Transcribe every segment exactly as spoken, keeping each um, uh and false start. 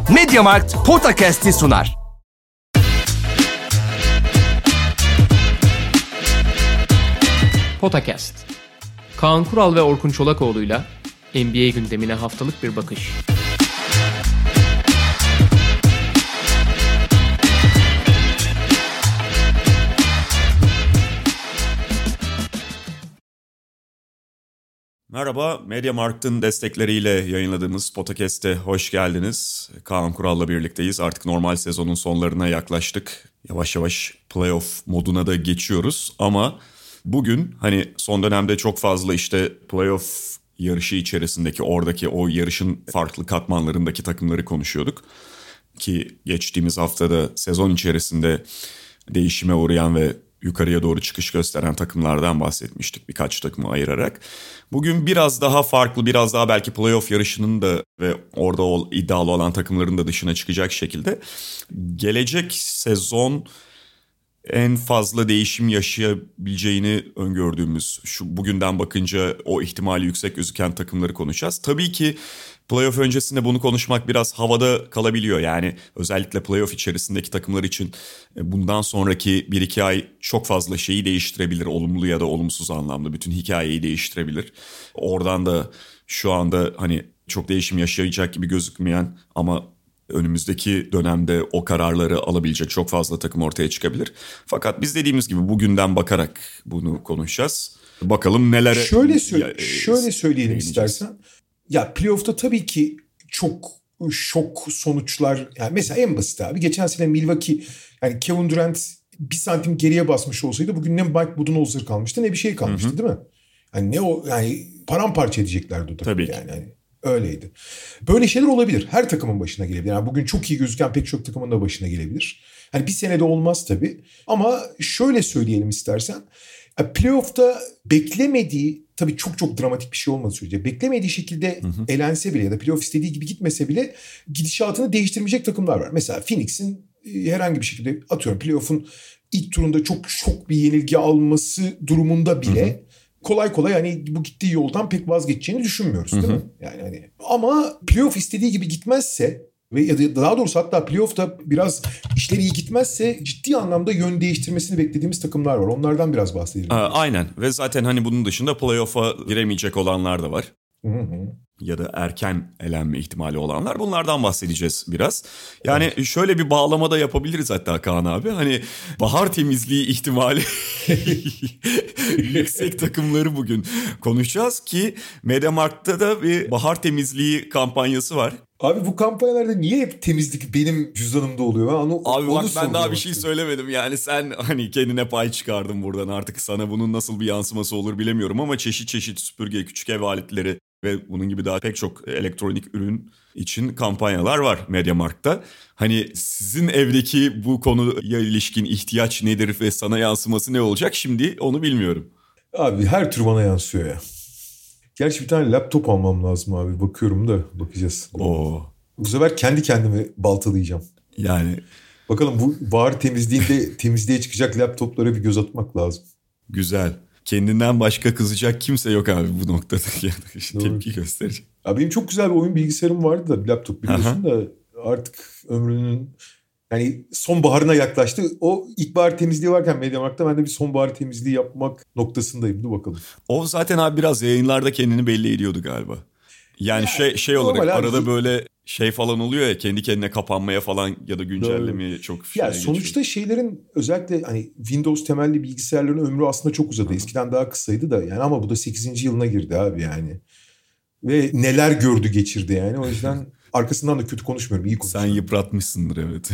Mediamarkt Podcast'i sunar. Podcast. Kaan Kural ve Orkun Çolakoğlu'yla N B A gündemine haftalık bir bakış. Merhaba, Mediamarkt'ın destekleriyle yayınladığımız Podcast'e hoş geldiniz. Kaan Kural'la birlikteyiz. Artık normal sezonun sonlarına yaklaştık. Yavaş yavaş playoff moduna da geçiyoruz. Ama bugün hani son dönemde çok fazla işte playoff yarışı içerisindeki oradaki o yarışın farklı katmanlarındaki takımları konuşuyorduk. Ki geçtiğimiz haftada sezon içerisinde değişime uğrayan ve yukarıya doğru çıkış gösteren takımlardan bahsetmiştik birkaç takımı ayırarak. Bugün biraz daha farklı, biraz daha belki playoff yarışının da ve orada ol, iddialı olan takımların da dışına çıkacak şekilde gelecek sezon en fazla değişim yaşayabileceğini öngördüğümüz, şu bugünden bakınca o ihtimali yüksek gözüken takımları konuşacağız. Tabii ki playoff öncesinde bunu konuşmak biraz havada kalabiliyor. Yani özellikle playoff içerisindeki takımlar için bundan sonraki bir iki ay çok fazla şeyi değiştirebilir. Olumlu ya da olumsuz anlamda bütün hikayeyi değiştirebilir. Oradan da şu anda hani çok değişim yaşayacak gibi gözükmeyen ama önümüzdeki dönemde o kararları alabilecek çok fazla takım ortaya çıkabilir. Fakat biz dediğimiz gibi bugünden bakarak bunu konuşacağız. Bakalım nelere... Şöyle, sö- şöyle söyleyelim istersen. Ya playoff'ta tabii ki çok şok sonuçlar. Yani mesela en basit abi. Geçen sene Milwaukee, yani Kevin Durant bir santim geriye basmış olsaydı bugün ne Mike Budenholzer kalmıştı ne bir şey kalmıştı, hı hı. Değil mi? Yani ne o, yani paramparça edeceklerdi o takım. Tabii ki. Yani, yani öyleydi. Böyle şeyler olabilir. Her takımın başına gelebilir. Yani bugün çok iyi gözüken pek çok takımın da başına gelebilir. Hani bir senede olmaz tabii. Ama şöyle söyleyelim istersen. Playoff'ta beklemediği, tabii çok çok dramatik bir şey olmadığı sürece, beklemediği şekilde hı hı. elense bile ya da playoff istediği gibi gitmese bile gidişatını değiştirmeyecek takımlar var. Mesela Phoenix'in herhangi bir şekilde atıyorum playoff'un ilk turunda çok şok bir yenilgi alması durumunda bile hı hı. kolay kolay hani bu gittiği yoldan pek vazgeçeceğini düşünmüyoruz, değil hı hı. mi? Yani hani ama playoff istediği gibi gitmezse ve ya da daha doğrusu hatta playoff'ta biraz işleri iyi gitmezse ciddi anlamda yön değiştirmesini beklediğimiz takımlar var. Onlardan biraz bahsedelim. Aa, aynen ve zaten hani bunun dışında playoff'a giremeyecek olanlar da var. Hı hı. Ya da erken elenme ihtimali olanlar. Bunlardan bahsedeceğiz biraz. Yani evet. Şöyle bir bağlama da yapabiliriz hatta Kaan abi. Hani bahar temizliği ihtimali yüksek takımları bugün konuşacağız ki Mediamarkt'ta da bir bahar temizliği kampanyası var. Abi bu kampanyalarda niye hep temizlik benim cüzdanımda oluyor? Onu, abi bak ben daha bir şey söylemedim. Yani sen hani kendine pay çıkardın buradan. Artık sana bunun nasıl bir yansıması olur bilemiyorum ama çeşit çeşit süpürge, küçük ev aletleri ve bunun gibi daha pek çok elektronik ürün için kampanyalar var Mediamarkt'ta. Hani sizin evdeki bu konuya ilişkin ihtiyaç nedir ve sana yansıması ne olacak şimdi onu bilmiyorum. Abi her tür bana yansıyor ya. Gerçi bir tane laptop almam lazım abi. Bakıyorum da bakacağız. Oo. Bu sefer kendi kendimi baltalayacağım. Yani. Bakalım bu bahar temizliğinde temizliğe çıkacak laptoplara bir göz atmak lazım. Güzel. Kendinden başka kızacak kimse yok abi bu noktada. Yani işte tepki gösterecek. Abi benim çok güzel bir oyun bilgisayarım vardı da bir laptop biliyorsun. Aha. Da artık ömrünün yani sonbaharına yaklaştı. O ilkbahar temizliği varken Mediamarkt'ta ben de bir sonbahar temizliği yapmak noktasındayım. Dur bakalım. O zaten abi biraz yayınlarda kendini belli ediyordu galiba. Yani ya, şey şey olarak arada abi. Böyle şey falan oluyor ya kendi kendine kapanmaya falan ya da güncellemeye Doğru. çok ya sonuçta geçiyor. Şeylerin özellikle hani Windows temelli bilgisayarların ömrü aslında çok uzadı. Hı. Eskiden daha kısaydı da yani ama bu da sekizinci yılına girdi abi yani. Ve neler gördü geçirdi yani. O yüzden arkasından da kötü konuşmuyorum, iyi konuşuyorum. Sen yıpratmışsındır evet.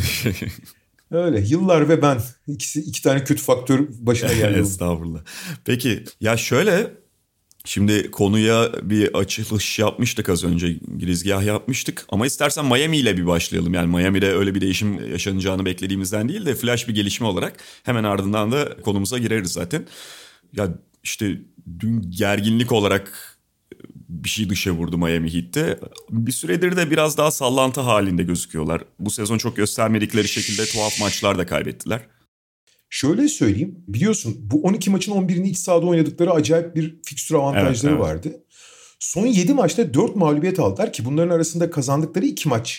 Öyle yıllar ve ben ikisi iki tane kötü faktör başına geldi. Estağfurullah. Peki ya şöyle şimdi konuya bir açılış yapmıştık az önce, girizgah yapmıştık ama istersen Miami ile bir başlayalım. Yani Miami'de öyle bir değişim yaşanacağını beklediğimizden değil de flash bir gelişme olarak hemen ardından da konumuza gireriz zaten. Ya işte dün gerginlik olarak bir şey dışa vurdu Miami Heat'te. Bir süredir de biraz daha sallantı halinde gözüküyorlar. Bu sezon çok göstermedikleri şekilde tuhaf maçlar da kaybettiler. Şöyle söyleyeyim, biliyorsun bu on iki maçın on birini iç sahada oynadıkları acayip bir fikstür avantajları evet, evet. vardı. Son yedi maçta dört mağlubiyet aldılar ki bunların arasında kazandıkları iki maç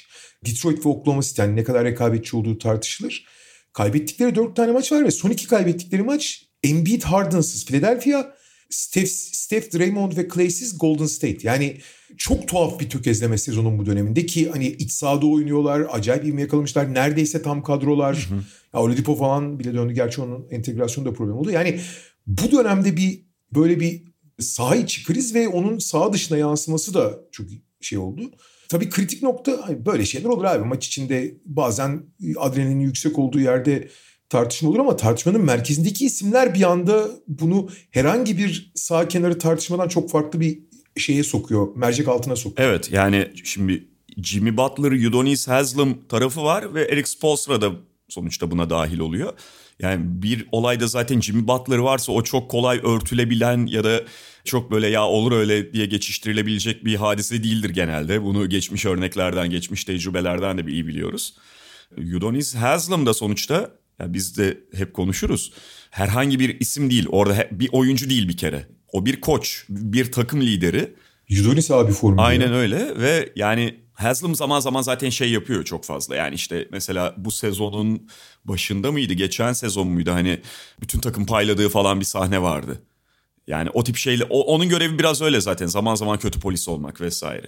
Detroit ve Oklahoma City yani ne kadar rekabetçi olduğu tartışılır. Kaybettikleri dört tane maç var ve son iki kaybettikleri maç Embiid Harden'sız Philadelphia, Steph, Steph Draymond ve Clay'siz Golden State. Yani çok tuhaf bir tökezleme sezonun bu döneminde ki hani iç sahada oynuyorlar, acayip ivme yakalamışlar. Neredeyse tam kadrolar. Hı hı. Ya Oladipo falan bile döndü. Gerçi onun entegrasyonu da problem oldu. Yani bu dönemde bir böyle bir saha içi kriz ve onun saha dışına yansıması da çok şey oldu. Tabii kritik nokta hani böyle şeyler olur abi. Maç içinde bazen adrenalinin yüksek olduğu yerde tartışma olur ama tartışmanın merkezindeki isimler bir anda bunu herhangi bir sağ kenarı tartışmadan çok farklı bir şeye sokuyor. Mercek altına sokuyor. Evet yani şimdi Jimmy Butler, Udonis Haslem tarafı var ve Erik Spoelstra da sonuçta buna dahil oluyor. Yani bir olayda zaten Jimmy Butler varsa o çok kolay örtülebilen ya da çok böyle ya olur öyle diye geçiştirilebilecek bir hadise değildir genelde. Bunu geçmiş örneklerden, geçmiş tecrübelerden de bir iyi biliyoruz. Udonis Haslem da sonuçta ya biz de hep konuşuruz. Herhangi bir isim değil, orada bir oyuncu değil bir kere. O bir koç, bir takım lideri. Udonis abi formu. Aynen ya. Öyle ve yani Haslem zaman zaman zaten şey yapıyor çok fazla. Yani işte mesela bu sezonun başında mıydı, geçen sezon muydu? Hani bütün takım payladığı falan bir sahne vardı. Yani o tip şeyle o, onun görevi biraz öyle zaten zaman zaman kötü polis olmak vesaire.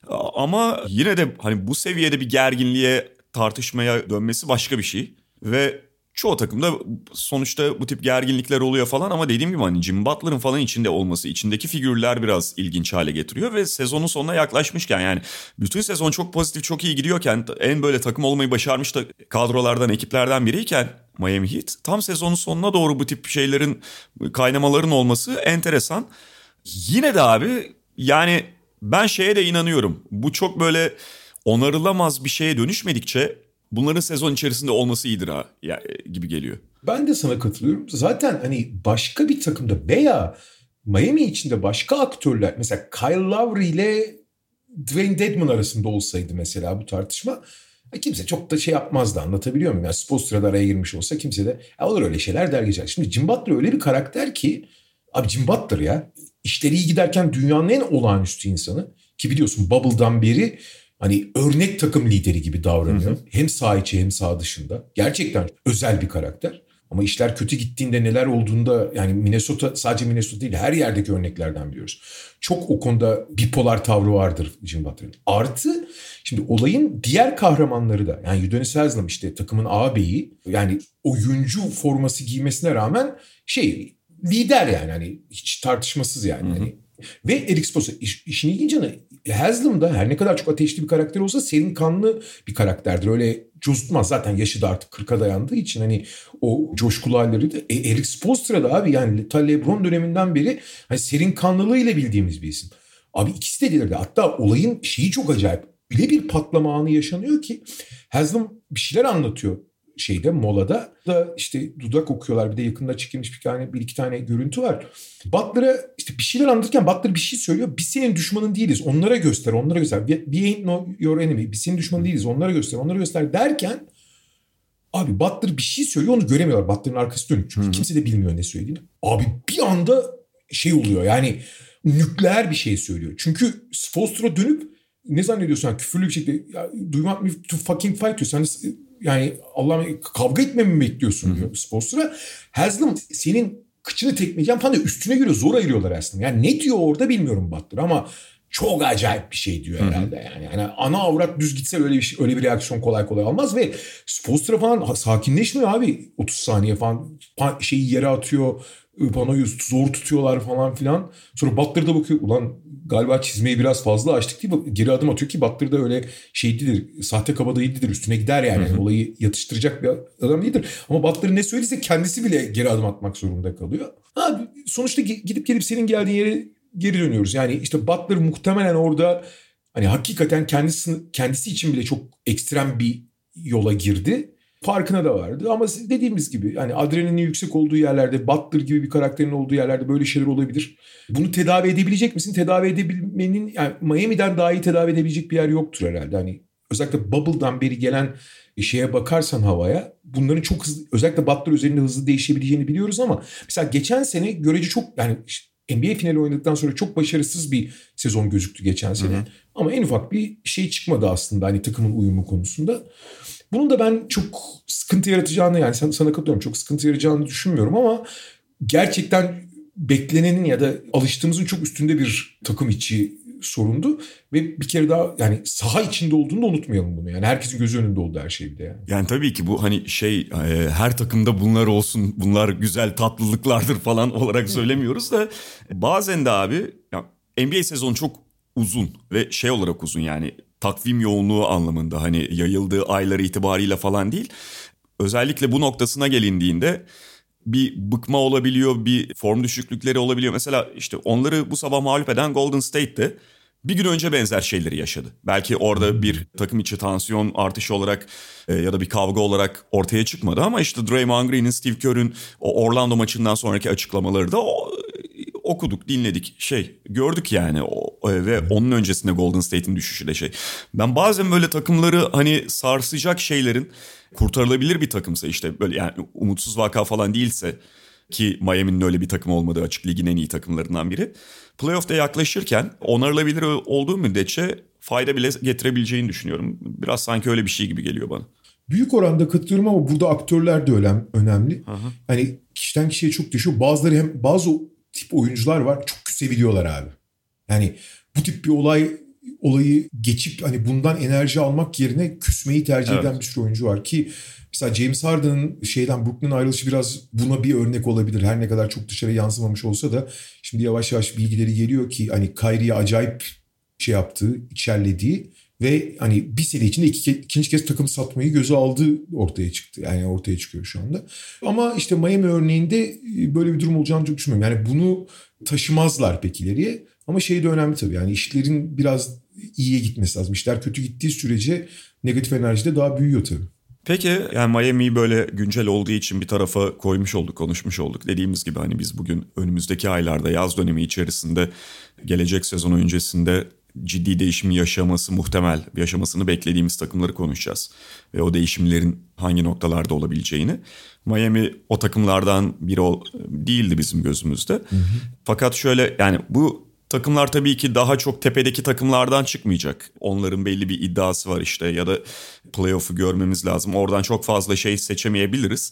Ama yine de hani bu seviyede bir gerginliğe, tartışmaya dönmesi başka bir şey. Ve çoğu takımda sonuçta bu tip gerginlikler oluyor falan ama dediğim gibi hani Jimmy Butler'ın falan içinde olması, içindeki figürler biraz ilginç hale getiriyor ve sezonun sonuna yaklaşmışken yani bütün sezon çok pozitif, çok iyi gidiyorken en böyle takım olmayı başarmış da kadrolardan, ekiplerden biriyken Miami Heat tam sezonun sonuna doğru bu tip şeylerin, kaynamaların olması enteresan. Yine de abi yani ben şeye de inanıyorum. Bu çok böyle onarılamaz bir şeye dönüşmedikçe bunların sezon içerisinde olması iyidir ha gibi geliyor. Ben de sana katılıyorum. Zaten hani başka bir takımda veya Miami içinde başka aktörler mesela Kyle Lowry ile Dwayne Dedmon arasında olsaydı mesela bu tartışma kimse çok da şey yapmazdı, anlatabiliyor muyum? Yani Spoelstra'da araya girmiş olsa kimse de olur öyle şeyler der geçer. Şimdi Jim Butler öyle bir karakter ki abi Jim Butler ya işleri iyi giderken dünyanın en olağanüstü insanı ki biliyorsun Bubble'dan beri hani örnek takım lideri gibi davranıyor. Hı hı. Hem saha içi hem saha dışında. Gerçekten özel bir karakter. Ama işler kötü gittiğinde neler olduğunda yani Minnesota sadece Minnesota değil her yerdeki örneklerden biliyoruz. Çok o konuda bipolar tavrı vardır Jim Butler'ın. Artı şimdi olayın diğer kahramanları da yani Udonis Haslem işte takımın ağabeyi yani oyuncu forması giymesine rağmen şey lider yani hani hiç tartışmasız yani. Hı hı. Hani ve Erik Spoelstra iş, işin ilginç yanı Haslem da her ne kadar çok ateşli bir karakter olsa serin kanlı bir karakterdir. Öyle coşutmaz zaten yaşı da artık kırka dayandığı için hani o coşkulu halleri de. E, Erik Spoelstra da abi yani ta LeBron döneminden beri hani serin kanlılığıyla bildiğimiz bir isim. Abi ikisi de delirdi. Hatta olayın şeyi çok acayip. Öyle bir patlama anı yaşanıyor ki Haslem bir şeyler anlatıyor şeyde molada da işte dudak okuyorlar bir de yakında çekilmiş bir tane bir iki tane görüntü var. Butler'a işte bir şeyler anlatırken Butler bir şey söylüyor. Biz senin düşmanın değiliz. Onlara göster, onlara göster. We ain't no your enemy. Biz senin düşmanın değiliz. Onlara göster, onlara göster derken abi Butler bir şey söylüyor onu göremiyorlar. Butler'ın arkası dönük çünkü Hı-hı. kimse de bilmiyor ne söylediğini. Abi bir anda şey oluyor yani nükleer bir şey söylüyor. Çünkü Spoelstra dönüp ne zannediyorsun yani küfürlü bir şekilde do you want me to fucking fight you? Sen yani Allah'ım kavga etmemi mi bekliyorsun diyor Spoelstra. Haslem senin kıçını tekleyeceğim falan diyor. Üstüne giriyor. Zor ayırıyorlar aslında. Yani ne diyor orada bilmiyorum Butler ama çok acayip bir şey diyor herhalde. Yani, yani ana avrat düz gitse öyle bir şey, öyle bir reaksiyon kolay kolay almaz ve Spoelstra falan sakinleşmiyor abi. otuz saniye falan şeyi yere atıyor. Panoyu zor tutuyorlar falan filan. Sonra Butler da bakıyor. Ulan galiba çizmeyi biraz fazla açtık değil mi? Geri adım atıyor ki Butler da öyle şey değildir. Sahte kabadayıdır. Üstüne gider yani. yani. Olayı yatıştıracak bir adam değildir. Ama Butler ne söylese kendisi bile geri adım atmak zorunda kalıyor. Abi sonuçta gidip gelip senin geldiğin yere geri dönüyoruz. Yani işte Butler muhtemelen orada hani hakikaten kendisi, kendisi için bile çok ekstrem bir yola girdi. Farkına da vardı ama dediğimiz gibi yani adrenalinin yüksek olduğu yerlerde Butler gibi bir karakterin olduğu yerlerde böyle şeyler olabilir. Bunu tedavi edebilecek misin? Tedavi edebilmenin yani Miami'den daha iyi tedavi edebilecek bir yer yoktur herhalde. Hani özellikle Bubble'dan beri gelen şeye bakarsan havaya bunların çok hızlı özellikle Butler üzerinde hızlı değişebileceğini biliyoruz ama mesela geçen sene görece çok yani N B A finali oynadıktan sonra çok başarısız bir sezon gözüktü geçen sene. Hı hı. Ama en ufak bir şey çıkmadı aslında hani takımın uyumu konusunda. Bunun da ben çok sıkıntı yaratacağını yani sana, sana katılıyorum çok sıkıntı yaratacağını düşünmüyorum ama gerçekten beklenenin ya da alıştığımızın çok üstünde bir takım içi sorundu ve bir kere daha yani saha içinde olduğunu da unutmayalım bunu. Yani herkesin gözü önünde oldu her şey bir de yani. Yani tabii ki bu hani şey e, her takımda bunlar olsun, bunlar güzel tatlılıklardır falan olarak söylemiyoruz da bazen de abi ya, N B A sezonu çok uzun ve şey olarak uzun yani takvim yoğunluğu anlamında hani yayıldığı ayları itibariyle falan değil. Özellikle bu noktasına gelindiğinde bir bıkma olabiliyor, bir form düşüklükleri olabiliyor. Mesela işte onları bu sabah mağlup eden Golden State'te bir gün önce benzer şeyleri yaşadı. Belki orada bir takım içi tansiyon artışı olarak e, ya da bir kavga olarak ortaya çıkmadı ama işte Draymond Green'in, Steve Kerr'ün o Orlando maçından sonraki açıklamaları da o, okuduk, dinledik, şey gördük yani o, e, ve onun öncesinde Golden State'in düşüşü de şey. Ben bazen böyle takımları hani sarsacak şeylerin kurtarılabilir bir takımsa işte böyle yani umutsuz vaka falan değilse ki Miami'nin öyle bir takım olmadığı açık ligin en iyi takımlarından biri. Playoff'ta yaklaşırken onarılabilir olduğu müddetçe fayda bile getirebileceğini düşünüyorum. Biraz sanki öyle bir şey gibi geliyor bana. Büyük oranda katılıyorum ama burada aktörler de önemli. Aha. Hani kişiden kişiye çok düşüyor. Bazıları hem bazı tip oyuncular var çok küsebiliyorlar abi. Yani bu tip bir olay olayı geçip hani bundan enerji almak yerine küsmeyi tercih evet. eden bir sürü oyuncu var ki mesela James Harden'ın şeyden Brooklyn'in ayrılışı biraz buna bir örnek olabilir. Her ne kadar çok dışarı yansımamış olsa da şimdi yavaş yavaş bilgileri geliyor ki hani Kyrie'ye acayip şey yaptığı, içerlediği ve hani bir sene içinde iki, ikinci kez takım satmayı göze aldığı ortaya çıktı. Yani ortaya çıkıyor şu anda. Ama işte Miami örneğinde böyle bir durum olacağını çok düşünmüyorum. Yani bunu taşımazlar pek ileriye. Ama şey de önemli tabii. Yani işlerin biraz iyiye gitmesi lazım. İşler kötü gittiği sürece negatif enerji de daha büyüyor tabii. Peki yani Miami'yi böyle güncel olduğu için bir tarafa koymuş olduk, konuşmuş olduk. Dediğimiz gibi hani biz bugün önümüzdeki aylarda yaz dönemi içerisinde gelecek sezon öncesinde ciddi değişim yaşaması muhtemel, yaşamasını beklediğimiz takımları konuşacağız. Ve o değişimlerin hangi noktalarda olabileceğini. Miami o takımlardan biri o, değildi bizim gözümüzde. Hı hı. Fakat şöyle yani bu takımlar tabii ki daha çok tepedeki takımlardan çıkmayacak. Onların belli bir iddiası var işte ya da playoff'u görmemiz lazım. Oradan çok fazla şey seçemeyebiliriz.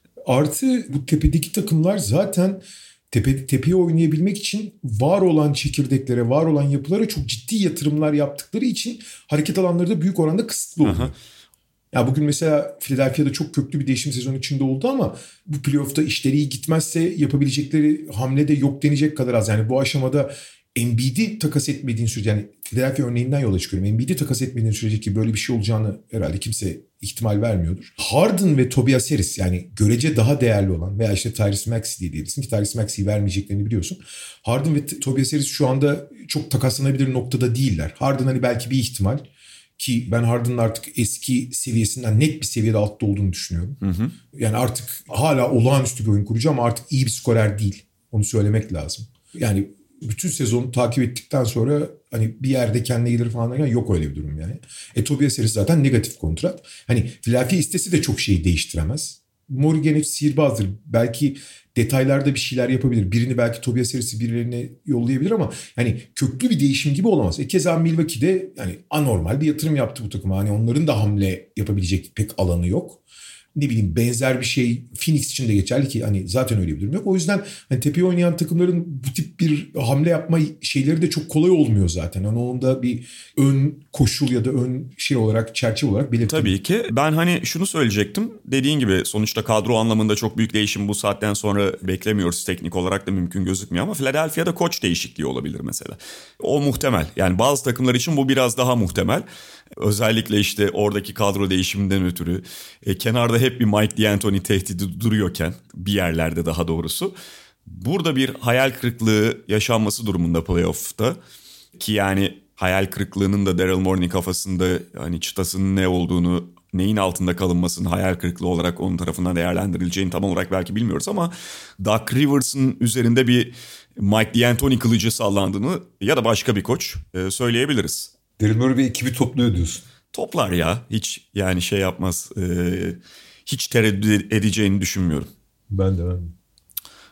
Artı bu tepedeki takımlar zaten tepe, tepeye oynayabilmek için var olan çekirdeklere, var olan yapılara çok ciddi yatırımlar yaptıkları için hareket alanları da büyük oranda kısıtlı oluyor. Aha. Ya bugün mesela Philadelphia'da çok köklü bir değişim sezonu içinde oldu ama bu playoff'ta işleri iyi gitmezse yapabilecekleri hamle de yok denecek kadar az. Yani bu aşamada Embiid'i takas etmediğin sürece yani Philadelphia örneğinden yola çıkıyorum. Embiid'i takas etmediğin sürece ki böyle bir şey olacağını herhalde kimse ihtimal vermiyordur. Harden ve Tobias Harris yani görece daha değerli olan veya işte Tyrese Maxey diye diyebilirsin ki Tyrese Maxey'i vermeyeceklerini biliyorsun. Harden ve Tobias Harris şu anda çok takaslanabilir noktada değiller. Harden hani belki bir ihtimal ki ben Harden'ın artık eski seviyesinden net bir seviyede altta olduğunu düşünüyorum. Hı hı. Yani artık hala olağanüstü bir oyun kurucu ama artık iyi bir skorer değil. Onu söylemek lazım. Yani bütün sezonu takip ettikten sonra hani bir yerde kendine gelir falan derken yok öyle bir durum yani. E Tobias Harris zaten negatif kontrat. Hani Philadelphia istesi de çok şeyi değiştiremez. Morgan hep sihirbazdır. Belki detaylarda bir şeyler yapabilir. Birini belki Tobias Harris'i birilerine yollayabilir ama hani köklü bir değişim gibi olamaz. E keza Milwaukee'de yani anormal bir yatırım yaptı bu takıma. Hani onların da hamle yapabilecek pek alanı yok. Ne bileyim benzer bir şey Phoenix için de geçerli ki hani zaten öyle bir durum yok. O yüzden hani tepeye oynayan takımların bu tip bir hamle yapma şeyleri de çok kolay olmuyor zaten. Hani onun da bir ön koşul ya da ön şey olarak çerçeve olarak belirttim. Tabii ki ben hani şunu söyleyecektim. Dediğin gibi sonuçta kadro anlamında çok büyük değişim bu saatten sonra beklemiyoruz. Teknik olarak da mümkün gözükmüyor ama Philadelphia'da koç değişikliği olabilir mesela. O muhtemel. Yani bazı takımlar için bu biraz daha muhtemel. Özellikle işte oradaki kadro değişiminden ötürü e, kenarda hep bir Mike D'Antoni tehdidi duruyorken bir yerlerde daha doğrusu burada bir hayal kırıklığı yaşanması durumunda playoff'ta ki yani hayal kırıklığının da Daryl Morey'nin kafasında hani çıtasının ne olduğunu neyin altında kalınmasının hayal kırıklığı olarak onun tarafından değerlendirileceğini tam olarak belki bilmiyoruz ama Doc Rivers'ın üzerinde bir Mike D'Antoni kılıcı sallandığını ya da başka bir koç e, söyleyebiliriz. Daryl Morey bir ekibi topluyor diyorsun. Toplar ya. Hiç yani şey yapmaz. E, hiç tereddüt edeceğini düşünmüyorum. Ben de ben de.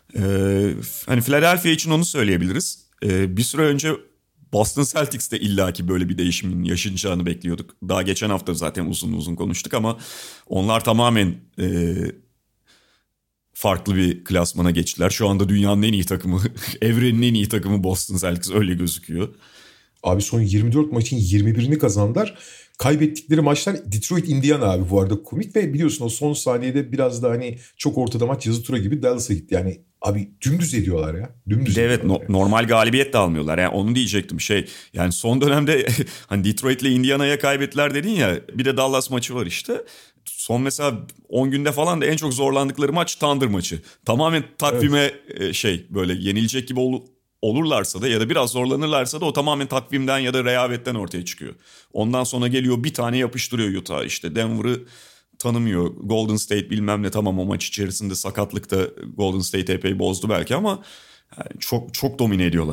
Ee, hani Philadelphia için onu söyleyebiliriz. Ee, bir süre önce Boston Celtics'te illaki böyle bir değişimin yaşanacağını bekliyorduk. Daha geçen hafta zaten uzun uzun konuştuk ama onlar tamamen e, farklı bir klasmana geçtiler. Şu anda dünyanın en iyi takımı, evrenin en iyi takımı Boston Celtics, öyle gözüküyor. Abi son yirmi dört maçın yirmi birini kazandılar. Kaybettikleri maçlar Detroit, Indiana abi bu arada komik ve biliyorsun o son saniyede biraz da hani çok ortada maç yazı tura gibi Dallas'a gitti. Yani abi dümdüz ediyorlar ya. Dümdüz evet no, yani. normal galibiyet de almıyorlar. Yani onu diyecektim şey. Yani son dönemde hani Detroit'le Indiana'ya kaybettiler dedin ya. Bir de Dallas maçı var işte. Son mesela on günde falan da en çok zorlandıkları maç Thunder maçı. Tamamen takvime evet. şey böyle yenilecek gibi ol, olurlarsa da ya da biraz zorlanırlarsa da o tamamen takvimden ya da rehavetten ortaya çıkıyor. Ondan sonra geliyor bir tane yapıştırıyor Utah, işte Denver'ı tanımıyor. Golden State bilmem ne, tamam o maç içerisinde sakatlıkta Golden State epey bozdu belki ama yani çok çok domine ediyorlar.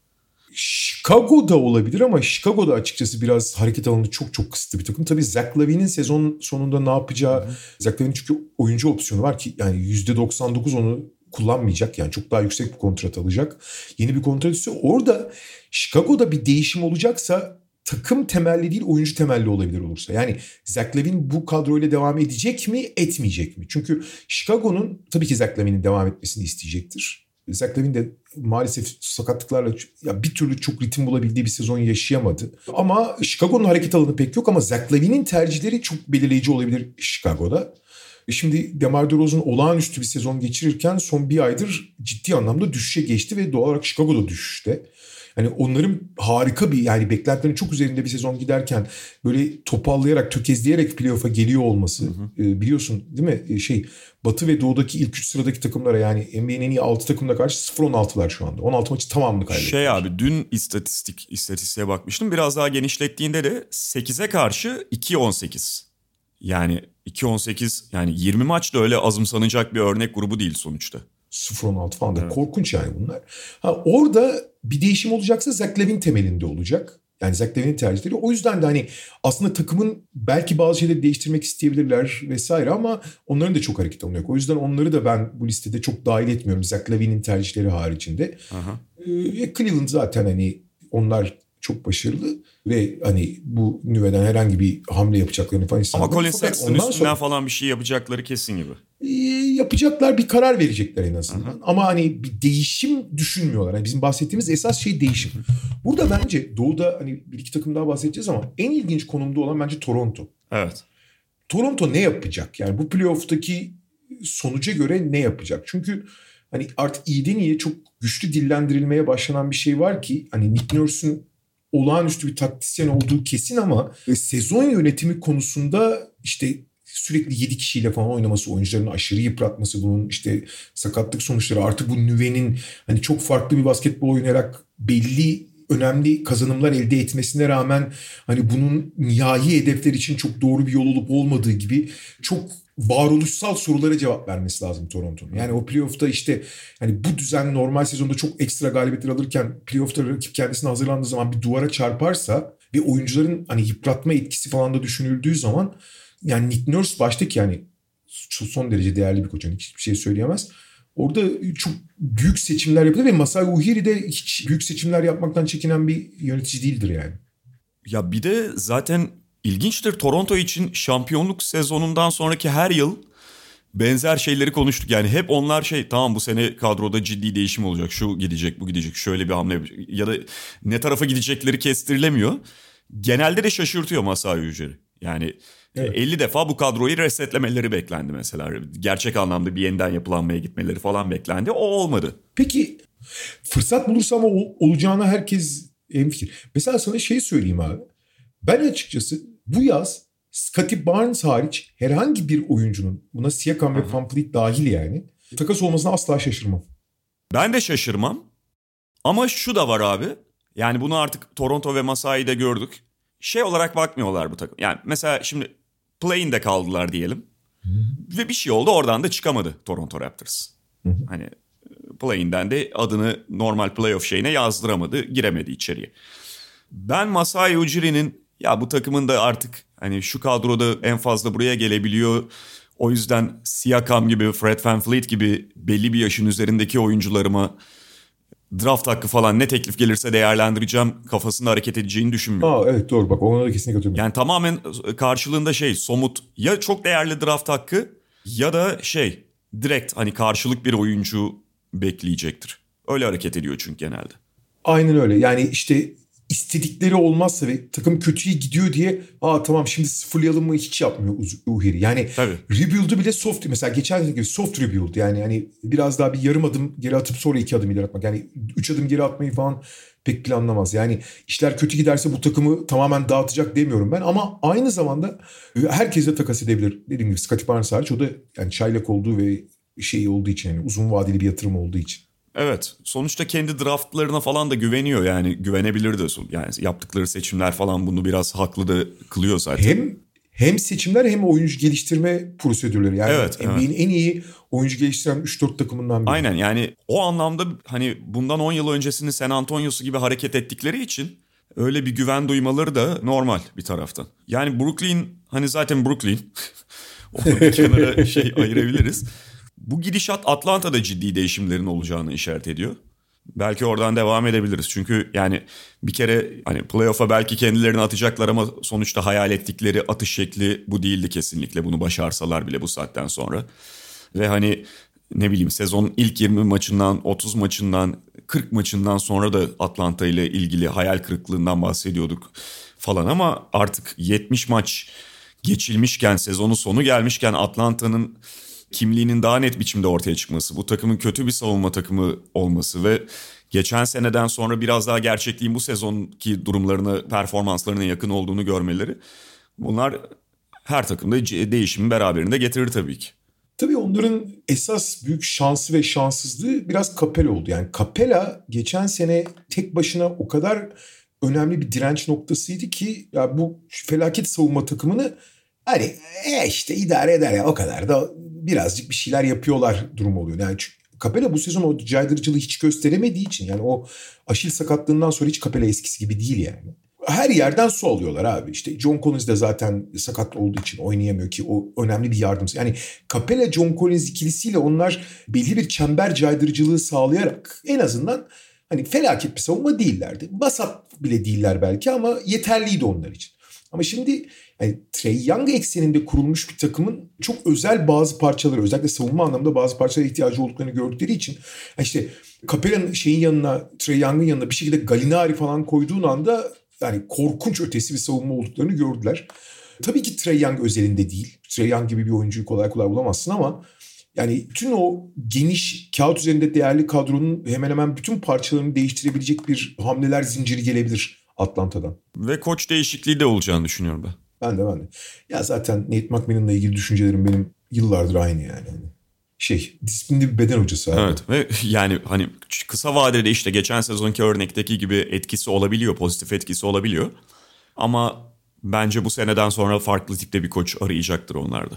Chicago'da olabilir ama Chicago'da açıkçası biraz hareket alanı çok çok kısıtlı bir takım. Tabii Zach LaVine'in sezon sonunda ne yapacağı, Hı-hı. Zach LaVine'in çünkü oyuncu opsiyonu var ki yani yüzde doksan dokuz onu kullanmayacak. Yani çok daha yüksek bir kontrat alacak. Yeni bir kontrat istiyor. Orada Chicago'da bir değişim olacaksa takım temelli değil oyuncu temelli olabilir olursa. Yani Zach LaVine bu kadroyla devam edecek mi, etmeyecek mi? Çünkü Chicago'nun tabii ki Zach LaVine'in devam etmesini isteyecektir. Zach LaVine de maalesef sakatlıklarla ya bir türlü çok ritim bulabildiği bir sezon yaşayamadı. Ama Chicago'nun hareket alanı pek yok ama Zach LaVine'in tercihleri çok belirleyici olabilir Chicago'da. Şimdi DeMar DeRozan olağanüstü bir sezon geçirirken son bir aydır ciddi anlamda düşüşe geçti ve doğal olarak Chicago'da düşüşte. Yani onların harika bir, yani beklentilerin çok üzerinde bir sezon giderken böyle topallayarak, tökezleyerek playoff'a geliyor olması, hı hı. E, biliyorsun değil mi? E, şey Batı ve Doğu'daki ilk üç sıradaki takımlara, yani N B A'nin en iyi altı takımına karşı sıfır on altılar şu anda. on altı maçı tamamını kaybettiler. Şey abi dün istatistik istatistiğe bakmıştım. Biraz daha genişlettiğinde de sekize karşı iki on sekiz. Yani iki on sekiz, yani yirmi maç da öyle azımsanacak bir örnek grubu değil sonuçta. sıfır on altı falan da evet. Korkunç yani bunlar. Ha, orada bir değişim olacaksa Zach LaVine temelinde olacak. Yani Zach LaVine'in tercihleri. O yüzden de hani aslında takımın belki bazı şeyleri değiştirmek isteyebilirler vesaire ama onların da çok hareket alınıyor. O yüzden onları da ben bu listede çok dahil etmiyorum Zach LaVine'in tercihleri haricinde. Ee, Cleveland zaten hani onlar çok başarılı ve hani bu nüveden herhangi bir hamle yapacaklarını falan ama Colin Sexton üstünden sonra, falan bir şey yapacakları kesin gibi. E, yapacaklar, bir karar verecekler en azından. Hı hı. Ama hani bir değişim düşünmüyorlar. Yani bizim bahsettiğimiz esas şey değişim. Burada bence Doğu'da hani bir iki takım daha bahsedeceğiz ama en ilginç konumda olan bence Toronto. Evet. Toronto ne yapacak? Yani bu playoff'taki sonuca göre ne yapacak? Çünkü hani artık iyiden iyiye çok güçlü dillendirilmeye başlanan bir şey var ki hani Nick Nurse'un olağanüstü bir taktisyen olduğu kesin ama sezon yönetimi konusunda işte sürekli yedi kişiyle falan oynaması, oyuncularını aşırı yıpratması, bunun işte sakatlık sonuçları, artık bu nüvenin hani çok farklı bir basketbol oynayarak belli önemli kazanımlar elde etmesine rağmen hani bunun nihai hedefler için çok doğru bir yol olup olmadığı gibi çok varoluşsal sorulara cevap vermesi lazım Toronto'nun. Yani o playoff'ta işte hani bu düzen normal sezonda çok ekstra galibiyetler alırken playoff'ta rakip kendisine hazırlandığı zaman bir duvara çarparsa ve oyuncuların hani yıpratma etkisi falan da düşünüldüğü zaman yani Nick Nurse baştaki yani son derece değerli bir koç. Yani hiçbir şey söyleyemez. Orada çok büyük seçimler yapıyor ve Masai Ujiri de hiç büyük seçimler yapmaktan çekinen bir yönetici değildir yani. Ya bir de zaten ilginçtir, Toronto için şampiyonluk sezonundan sonraki her yıl benzer şeyleri konuştuk. Yani hep onlar şey, tamam bu sene kadroda ciddi değişim olacak, şu gidecek bu gidecek, şöyle bir hamle yapacak ya da ne tarafa gidecekleri kestirilemiyor. Genelde de şaşırtıyor Masai Ujiri. Yani evet. elli defa bu kadroyu resetlemeleri beklendi mesela. Gerçek anlamda bir yeniden yapılanmaya gitmeleri falan beklendi. O olmadı. Peki fırsat bulursa ama olacağına herkes hemfikir. Mesela sana şey söyleyeyim abi. Ben açıkçası bu yaz Scottie Barnes hariç herhangi bir oyuncunun, buna Siakam ve VanVleet dahil yani, takas olmasına asla şaşırmam. Ben de şaşırmam. Ama şu da var abi. Yani bunu artık Toronto ve Masai'de gördük. Şey olarak bakmıyorlar bu takım. Yani mesela şimdi play-in'de kaldılar diyelim. Hı-hı. Ve bir şey oldu, oradan da çıkamadı Toronto Raptors. Hı-hı. Hani play-in'den de adını normal playoff şeyine yazdıramadı, giremedi içeriye. Ben Masai Ujiri'nin ya bu takımın da artık hani şu kadroda en fazla buraya gelebiliyor O yüzden Siakam gibi, Fred VanVleet gibi belli bir yaşın üzerindeki oyuncularıma draft hakkı falan ne teklif gelirse değerlendireceğim kafasında hareket edeceğini düşünmüyorum. Aa, evet doğru, bak ona da kesinlikle katılıyorum. Yani tamamen karşılığında şey somut, ya çok değerli draft hakkı ya da şey direkt hani karşılık bir oyuncu bekleyecektir. Öyle hareket ediyor çünkü genelde. Aynen öyle. Yani işte istedikleri olmazsa ve takım kötüye gidiyor diye aa tamam şimdi sıfırlayalım mı hiç yapmıyor Uhiri. Yani Tabii. rebuild'u bile soft, mesela geçen sene gibi soft rebuild, yani hani biraz daha bir yarım adım geri atıp sonra iki adım ileri atmak. Yani üç adım geri atmayı falan pek planlamaz. Yani işler kötü giderse bu takımı tamamen dağıtacak demiyorum ben, ama aynı zamanda herkese takas edebilir. Dediğim gibi Scottie Barnes hariç, o da yani çaylak olduğu ve şey olduğu için, yani uzun vadeli bir yatırım olduğu için. Evet, sonuçta kendi draftlarına falan da güveniyor, yani güvenebilir de, yani yaptıkları seçimler falan bunu biraz haklı da kılıyor zaten. Hem hem seçimler hem oyuncu geliştirme prosedürleri, yani evet, N B A'in evet. en iyi oyuncu geliştiren üç dört takımından biri. Aynen, yani o anlamda hani bundan on yıl öncesinin San Antonio'su gibi hareket ettikleri için öyle bir güven duymaları da normal bir taraftan. Yani Brooklyn hani zaten Brooklyn onu bir kenara şey ayırabiliriz. Bu gidişat Atlanta'da ciddi değişimlerin olacağını işaret ediyor. Belki oradan devam edebiliriz. Çünkü yani bir kere hani playoff'a belki kendilerini atacaklar ama sonuçta hayal ettikleri atış şekli bu değildi kesinlikle. Bunu başarsalar bile bu saatten sonra. Ve hani ne bileyim sezonun ilk yirmi maçından, otuz maçından, kırk maçından sonra da Atlanta ile ilgili hayal kırıklığından bahsediyorduk falan. Ama artık yetmiş maç geçilmişken, sezonun sonu gelmişken Atlanta'nın kimliğinin daha net biçimde ortaya çıkması, bu takımın kötü bir savunma takımı olması ve geçen seneden sonra biraz daha gerçekliğin bu sezonki durumlarına, performanslarına yakın olduğunu görmeleri, bunlar her takımda değişimi beraberinde getirir tabii ki. Tabii onların esas büyük şansı ve şanssızlığı biraz Capela oldu. Yani Capela geçen sene tek başına o kadar önemli bir direnç noktasıydı ki ya bu felaket savunma takımını hani e işte idare eder ya, o kadar da birazcık bir şeyler yapıyorlar durum oluyor. Yani Capela bu sezon o caydırıcılığı hiç gösteremediği için, yani o Aşil sakatlığından sonra hiç Capela eskisi gibi değil yani. Her yerden su alıyorlar abi. İşte John Collins de zaten sakat olduğu için oynayamıyor ki o önemli bir yardım. Yani Capela John Collins ikilisiyle onlar belli bir çember caydırıcılığı sağlayarak en azından hani felaket bir savunma değillerdi. Basat bile değiller belki ama yeterliydi onlar için. Ama şimdi yani Trae Young ekseninde kurulmuş bir takımın çok özel bazı parçaları, özellikle savunma anlamında bazı parçalara ihtiyacı olduklarını gördükleri için yani işte Capela'nın şeyin yanına, Trae Young'ın yanına bir şekilde Gallinari falan koyduğun anda yani korkunç ötesi bir savunma olduklarını gördüler. Tabii ki Trae Young özelinde değil. Trae Young gibi bir oyuncuyu kolay kolay bulamazsın ama yani bütün o geniş kağıt üzerinde değerli kadronun hemen hemen bütün parçalarını değiştirebilecek bir hamleler zinciri gelebilir Atlanta'dan. Ve koç değişikliği de olacağını düşünüyorum ben. Ben de ben de. Ya zaten Nate McMillan'la ilgili düşüncelerim benim yıllardır aynı yani. Şey, disiplinli bir beden hocası abi. Evet ve yani hani kısa vadede işte geçen sezonki örnekteki gibi etkisi olabiliyor, pozitif etkisi olabiliyor. Ama bence bu seneden sonra farklı tipte bir koç arayacaktır onlar da.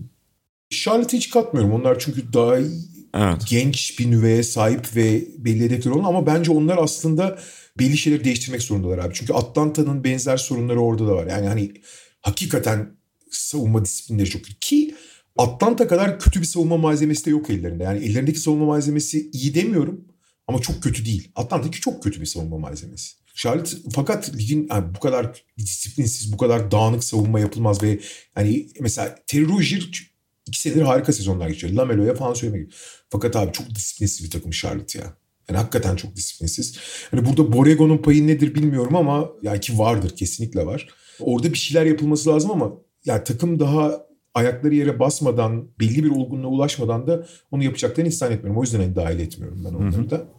Charlotte'ı hiç katmıyorum. Onlar çünkü daha evet. genç bir nüveye sahip ve belli hedefleri olan, ama bence onlar aslında belli şeyleri değiştirmek zorundalar abi. Çünkü Atlanta'nın benzer sorunları orada da var. Yani hani hakikaten savunma disiplinleri çok iyi. Ki Atlanta kadar kötü bir savunma malzemesi de yok ellerinde. Yani ellerindeki savunma malzemesi iyi demiyorum ama çok kötü değil. Atlanta'daki çok kötü bir savunma malzemesi. Charlotte fakat ligin yani bu kadar disiplinsiz, bu kadar dağınık savunma yapılmaz ve yani mesela Terry Rozier iki senedir harika sezonlar geçiyor. Lamelo'ya falan söylemek. Fakat abi çok disiplinsiz bir takım Charlotte ya. Yani hakikaten çok disiplinsiz. Hani burada Borrego'nun payı nedir bilmiyorum ama yani ki vardır, kesinlikle var. Orada bir şeyler yapılması lazım ama yani takım daha ayakları yere basmadan, belli bir olgunluğa ulaşmadan da onu yapacaklarını hiç zannetmiyorum. O yüzden hani dahil etmiyorum ben onları da.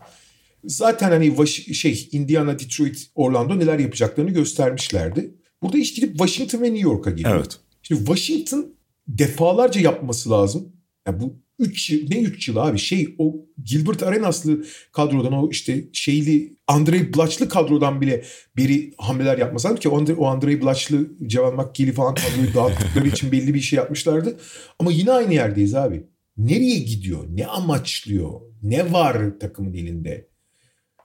Zaten hani şey Indiana, Detroit, Orlando neler yapacaklarını göstermişlerdi. Burada iş gidip Washington ve New York'a geliyor. Evet. Şimdi Washington defalarca yapması lazım. Yani bu üç yıl, ne üç yıl abi şey o Gilbert Arenas'lı kadrodan, o işte şeyli Andrei Blatch'lı kadrodan bile biri hamleler yapması lazım ki o Andrei Blatch'lı, Javon McGee'li falan kadroyu dağıttıkları için belli bir şey yapmışlardı. Ama yine aynı yerdeyiz abi. Nereye gidiyor? Ne amaçlıyor? Ne var takımın elinde?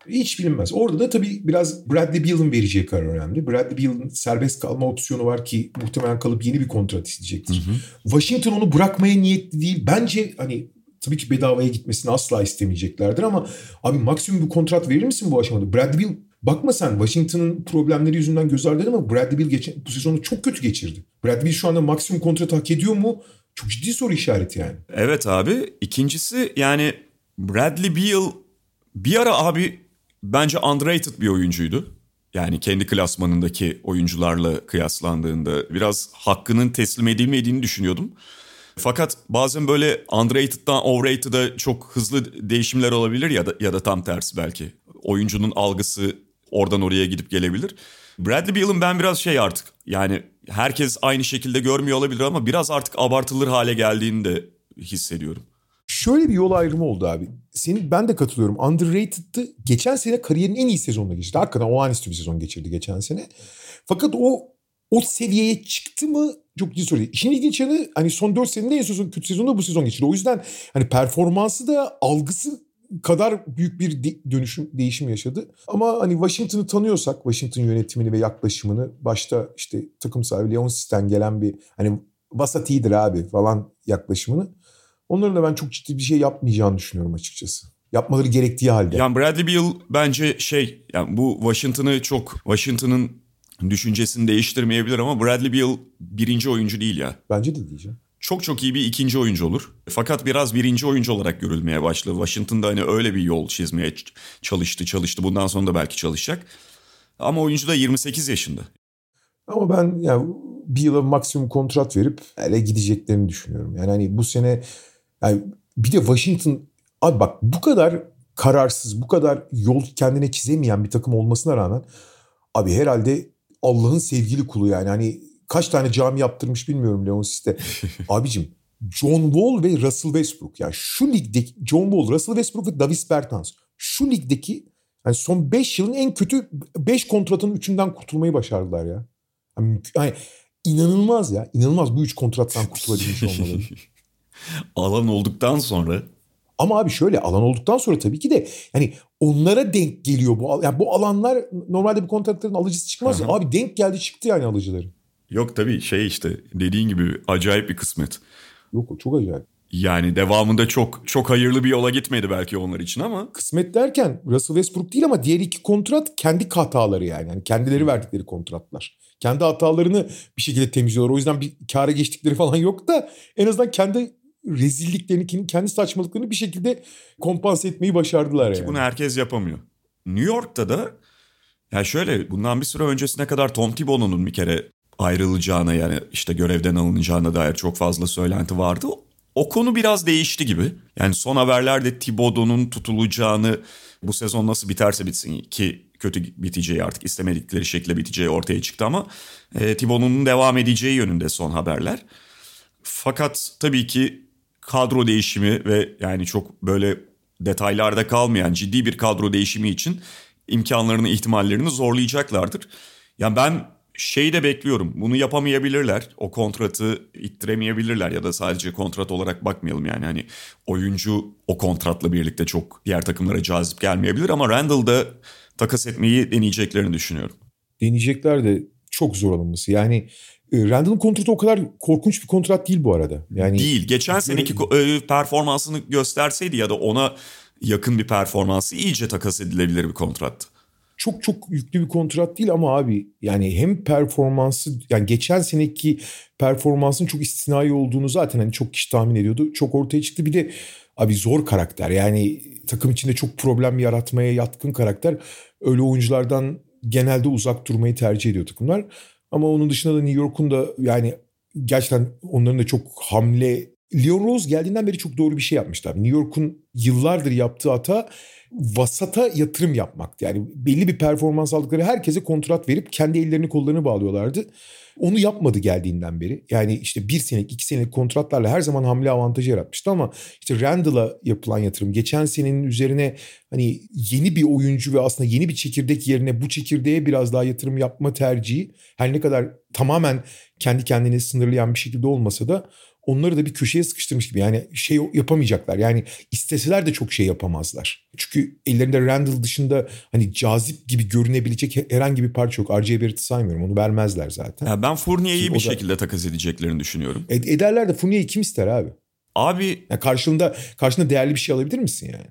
Hiç bilinmez. Orada da tabii biraz Bradley Beal'ın vereceği karar önemli. Bradley Beal'ın serbest kalma opsiyonu var ki muhtemelen kalıp yeni bir kontrat isteyecektir. Hı hı. Washington onu bırakmaya niyetli değil. Bence hani tabii ki bedavaya gitmesini asla istemeyeceklerdir ama abi maksimum bir kontrat verir misin bu aşamada? Bradley Beal, bakma sen Washington'ın problemleri yüzünden göz ardı ama Bradley Beal geçen, bu sezonu çok kötü geçirdi. Bradley Beal şu anda maksimum kontrat hak ediyor mu? Çok ciddi soru işareti yani. Evet abi. İkincisi yani Bradley Beal bir ara abi bence underrated bir oyuncuydu. Yani kendi klasmanındaki oyuncularla kıyaslandığında biraz hakkının teslim edilmediğini düşünüyordum. Fakat bazen böyle underrated'dan overrated'a çok hızlı değişimler olabilir ya da ya da tam tersi belki. Oyuncunun algısı oradan oraya gidip gelebilir. Bradley Beal'ın ben biraz şey artık yani herkes aynı şekilde görmüyor olabilir ama biraz artık abartılır hale geldiğini de hissediyorum. Şöyle bir yol ayrımı oldu abi. Senin, ben de katılıyorum. Underrated'dı. Geçen sene kariyerin en iyi sezonuna geçirdi. Hakikaten olağanüstü bir sezon geçirdi geçen sene. Fakat o o seviyeye çıktı mı çok ciddi soru değil. İşin ilginç yanı hani son dört senede en sezon, kötü sezonda bu sezon geçirdi. O yüzden hani performansı da algısı kadar büyük bir de- dönüşüm değişim yaşadı. Ama hani Washington'ı tanıyorsak, Washington yönetimini ve yaklaşımını başta işte takım sahibi Leon Sis'ten gelen bir hani vasat iyidir abi falan yaklaşımını, onların da ben çok ciddi bir şey yapmayacağını düşünüyorum açıkçası. Yapmaları gerektiği halde. Yani Bradley Beal bence şey yani bu Washington'ı çok Washington'ın düşüncesini değiştirmeyebilir ama Bradley Beal birinci oyuncu değil ya. Bence de diyeceğim. Çok çok iyi bir ikinci oyuncu olur. Fakat biraz birinci oyuncu olarak görülmeye başladı. Washington'da hani öyle bir yol çizmeye çalıştı çalıştı. Bundan sonra da belki çalışacak. Ama oyuncu da yirmi sekiz yaşında. Ama ben yani bir yıla maksimum kontrat verip ele gideceklerini düşünüyorum. Yani hani bu sene yani bir de Washington abi bak bu kadar kararsız, bu kadar yol kendine çizemeyen bir takım olmasına rağmen abi herhalde Allah'ın sevgili kulu yani hani kaç tane cami yaptırmış bilmiyorum Leon Sis'te. Abicim John Wall ve Russell Westbrook yani şu ligdeki John Wall, Russell Westbrook ve Davis Bertans şu ligdeki yani son beş yılın en kötü beş kontratının üçünden kurtulmayı başardılar ya. Yani, yani inanılmaz ya. İnanılmaz bu üç kontrattan kurtulabilmiş olmaları. Alan olduktan sonra. Ama abi şöyle alan olduktan sonra tabii ki de yani onlara denk geliyor bu. Yani bu alanlar normalde bu kontratların alıcısı çıkmaz. Aha. Abi denk geldi çıktı yani alıcıları. Yok tabii şey işte dediğin gibi acayip bir kısmet. Yok o çok acayip. Yani devamında çok çok hayırlı bir yola gitmedi belki onlar için ama. Kısmet derken Russell Westbrook değil ama diğer iki kontrat kendi hataları yani. yani kendileri verdikleri kontratlar. Kendi hatalarını bir şekilde temizliyorlar. O yüzden bir kâra geçtikleri falan yok da en azından kendi rezilliklerini, kendi saçmalıklarını bir şekilde kompanse etmeyi başardılar yani. Ki bunu herkes yapamıyor. New York'ta da ya şöyle bundan bir süre öncesine kadar Tom Thibodeau'nun bir kere ayrılacağına yani işte görevden alınacağına dair çok fazla söylenti vardı. O konu biraz değişti gibi. Yani son haberlerde Thibodeau'nun tutulacağını bu sezon nasıl biterse bitsin ki kötü biteceği artık istemedikleri şekilde biteceği ortaya çıktı ama e, Thibodeau'nun devam edeceği yönünde son haberler. Fakat tabii ki kadro değişimi ve yani çok böyle detaylarda kalmayan ciddi bir kadro değişimi için imkanlarını, ihtimallerini zorlayacaklardır. Yani ben şeyi de bekliyorum. Bunu yapamayabilirler. O kontratı ittiremeyebilirler ya da sadece kontrat olarak bakmayalım yani. Hani oyuncu o kontratla birlikte çok diğer takımlara cazip gelmeyebilir ama Randall'da takas etmeyi deneyeceklerini düşünüyorum. Deneyecekler de çok zor alınması. Yani Randall'ın kontratı o kadar korkunç bir kontrat değil bu arada. Yani değil. Geçen seneki performansını gösterseydi ya da ona yakın bir performansı iyice takas edilebilir bir kontrattı. Çok çok yüklü bir kontrat değil ama abi yani hem performansı yani geçen seneki performansın çok istisnai olduğunu zaten hani çok kişi tahmin ediyordu. Çok ortaya çıktı. Bir de abi zor karakter yani takım içinde çok problem yaratmaya yatkın karakter. Öyle oyunculardan genelde uzak durmayı tercih ediyor takımlar. Ama onun dışında da New York'un da yani gerçekten onların da çok hamle... Leon Rose geldiğinden beri çok doğru bir şey yapmıştı abi. New York'un yıllardır yaptığı hata vasata yatırım yapmaktı. Yani belli bir performans aldıkları herkese kontrat verip kendi ellerini kollarını bağlıyorlardı. Onu yapmadı geldiğinden beri. Yani işte bir senelik, iki senelik kontratlarla her zaman hamle avantajı yaratmıştı ama işte Randall'a yapılan yatırım geçen senenin üzerine hani yeni bir oyuncu ve aslında yeni bir çekirdek yerine bu çekirdeğe biraz daha yatırım yapma tercihi her ne kadar tamamen kendi kendini sınırlayan bir şekilde olmasa da onları da bir köşeye sıkıştırmış gibi. Yani şey yapamayacaklar. Yani isteseler de çok şey yapamazlar. Çünkü ellerinde Randall dışında hani cazip gibi görünebilecek herhangi bir parça yok. R J Barrett'i saymıyorum. Onu vermezler zaten. Ya ben Fournier'i bir da... şekilde takas edeceklerini düşünüyorum. Ed- ederler de Fournier'i kim ister abi? Abi yani karşılığında karşılığında değerli bir şey alabilir misin yani?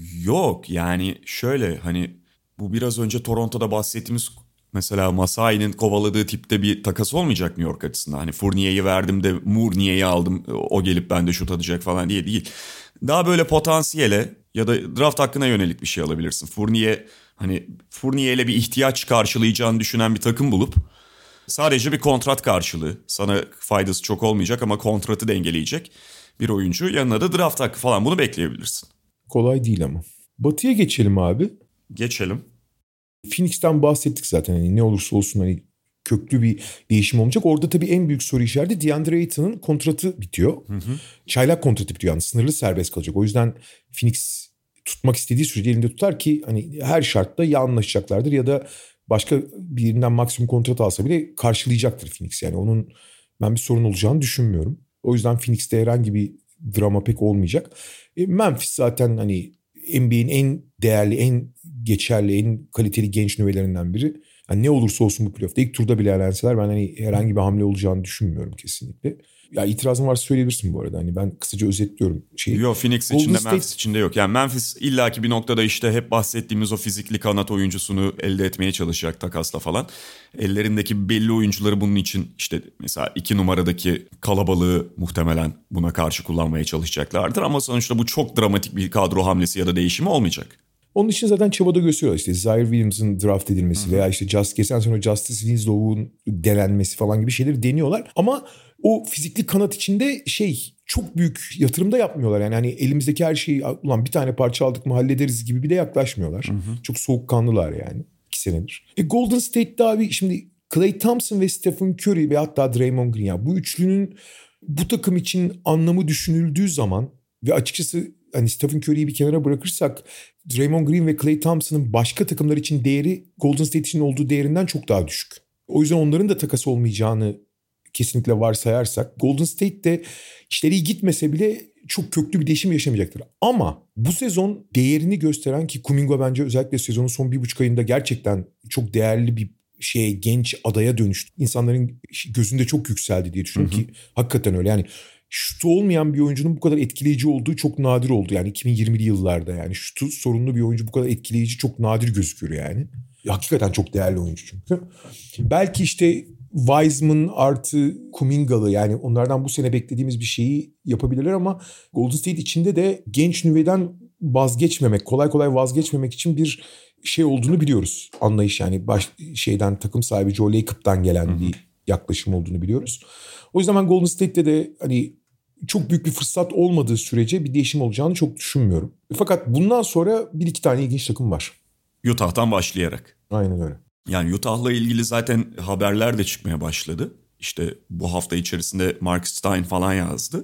Yok yani şöyle hani bu biraz önce Toronto'da bahsettiğimiz mesela Masai'nin kovaladığı tipte bir takas olmayacak New York açısından. Hani Fournier'i verdim de Mournier'i aldım o gelip bende şut atacak falan diye değil. Daha böyle potansiyele ya da draft hakkına yönelik bir şey alabilirsin. Fournier hani Fournier'le bir ihtiyaç karşılayacağını düşünen bir takım bulup sadece bir kontrat karşılığı, sana faydası çok olmayacak ama kontratı dengeleyecek bir oyuncu, yanına da draft hakkı falan, bunu bekleyebilirsin. Kolay değil ama. Batı'ya geçelim abi. Geçelim. Phoenix'ten bahsettik zaten. Hani ne olursa olsun hani köklü bir değişim olmayacak. Orada tabii en büyük soru işareti DeAndre Ayton'un kontratı bitiyor. Hı hı. Çaylak kontratı bitiyor yani, sınırlı serbest kalacak. O yüzden Phoenix tutmak istediği sürece elinde tutar ki hani her şartta ya anlaşacaklardır ya da başka birinden maksimum kontrat alsa bile karşılayacaktır Phoenix. Yani onun ben bir sorun olacağını düşünmüyorum. O yüzden Phoenix'te herhangi bir drama pek olmayacak. E, Memphis zaten hani N B A'in en değerli, en geçerli, en kaliteli genç nüvelerinden biri. Yani ne olursa olsun bu playoff'ta ilk turda bile elenseler ben hani herhangi bir hamle olacağını düşünmüyorum kesinlikle. Ya itirazın varsa söyleyebilirsin bu arada. Hani ben kısaca özetliyorum şeyi. Yok, Phoenix Golden içinde State... Memphis içinde yok. Yani Memphis illaki bir noktada işte hep bahsettiğimiz o fizikli kanat oyuncusunu elde etmeye çalışacak takasla falan. Ellerindeki belli oyuncuları bunun için işte mesela iki numaradaki kalabalığı muhtemelen buna karşı kullanmaya çalışacaklardır. Ama sonuçta bu çok dramatik bir kadro hamlesi ya da değişimi olmayacak. Onun için zaten çabada gösteriyorlar. İşte Zaire Williams'ın draft edilmesi Hı-hı. veya işte Just, geçen sene Justice Winslow'un denenmesi falan gibi şeyleri deniyorlar. Ama o fizikli kanat içinde şey çok büyük yatırım da yapmıyorlar. Yani hani elimizdeki her şeyi ulan bir tane parça aldık mı hallederiz gibi bir de yaklaşmıyorlar. Hı-hı. Çok soğukkanlılar yani iki senedir. E Golden State'de abi şimdi Klay Thompson ve Stephen Curry ve hatta Draymond Green, ya bu üçlünün bu takım için anlamı düşünüldüğü zaman ve açıkçası hani Stephen Curry'yi bir kenara bırakırsak Draymond Green ve Klay Thompson'ın başka takımlar için değeri Golden State için olduğu değerinden çok daha düşük. O yüzden onların da takas olmayacağını kesinlikle varsayarsak Golden State de işleri iyi gitmese bile çok köklü bir değişim yaşamayacaktır. Ama bu sezon değerini gösteren ki Kuminga bence özellikle sezonun son bir buçuk ayında gerçekten çok değerli bir şey, genç adaya dönüştü. İnsanların gözünde çok yükseldi diye düşünüyorum hı hı. ki hakikaten öyle. Yani şutu olmayan bir oyuncunun bu kadar etkileyici olduğu çok nadir oldu. Yani iki bin yirmili yıllarda yani şutu sorunlu bir oyuncu bu kadar etkileyici çok nadir gözüküyor yani. Hakikaten çok değerli oyuncu çünkü. Belki işte Wiseman artı Kumingalı, yani onlardan bu sene beklediğimiz bir şeyi yapabilirler ama Golden State içinde de genç nüveden vazgeçmemek, kolay kolay vazgeçmemek için bir şey olduğunu biliyoruz. Anlayış yani baş, şeyden takım sahibi Joe Lacob'tan gelen Hı-hı. bir yaklaşım olduğunu biliyoruz. O yüzden ben Golden State'te de hani çok büyük bir fırsat olmadığı sürece bir değişim olacağını çok düşünmüyorum. Fakat bundan sonra bir iki tane ilginç takım var. Utah'tan başlayarak. Aynen öyle. Yani Utah'la ilgili zaten haberler de çıkmaya başladı. İşte bu hafta içerisinde Mark Stein falan yazdı.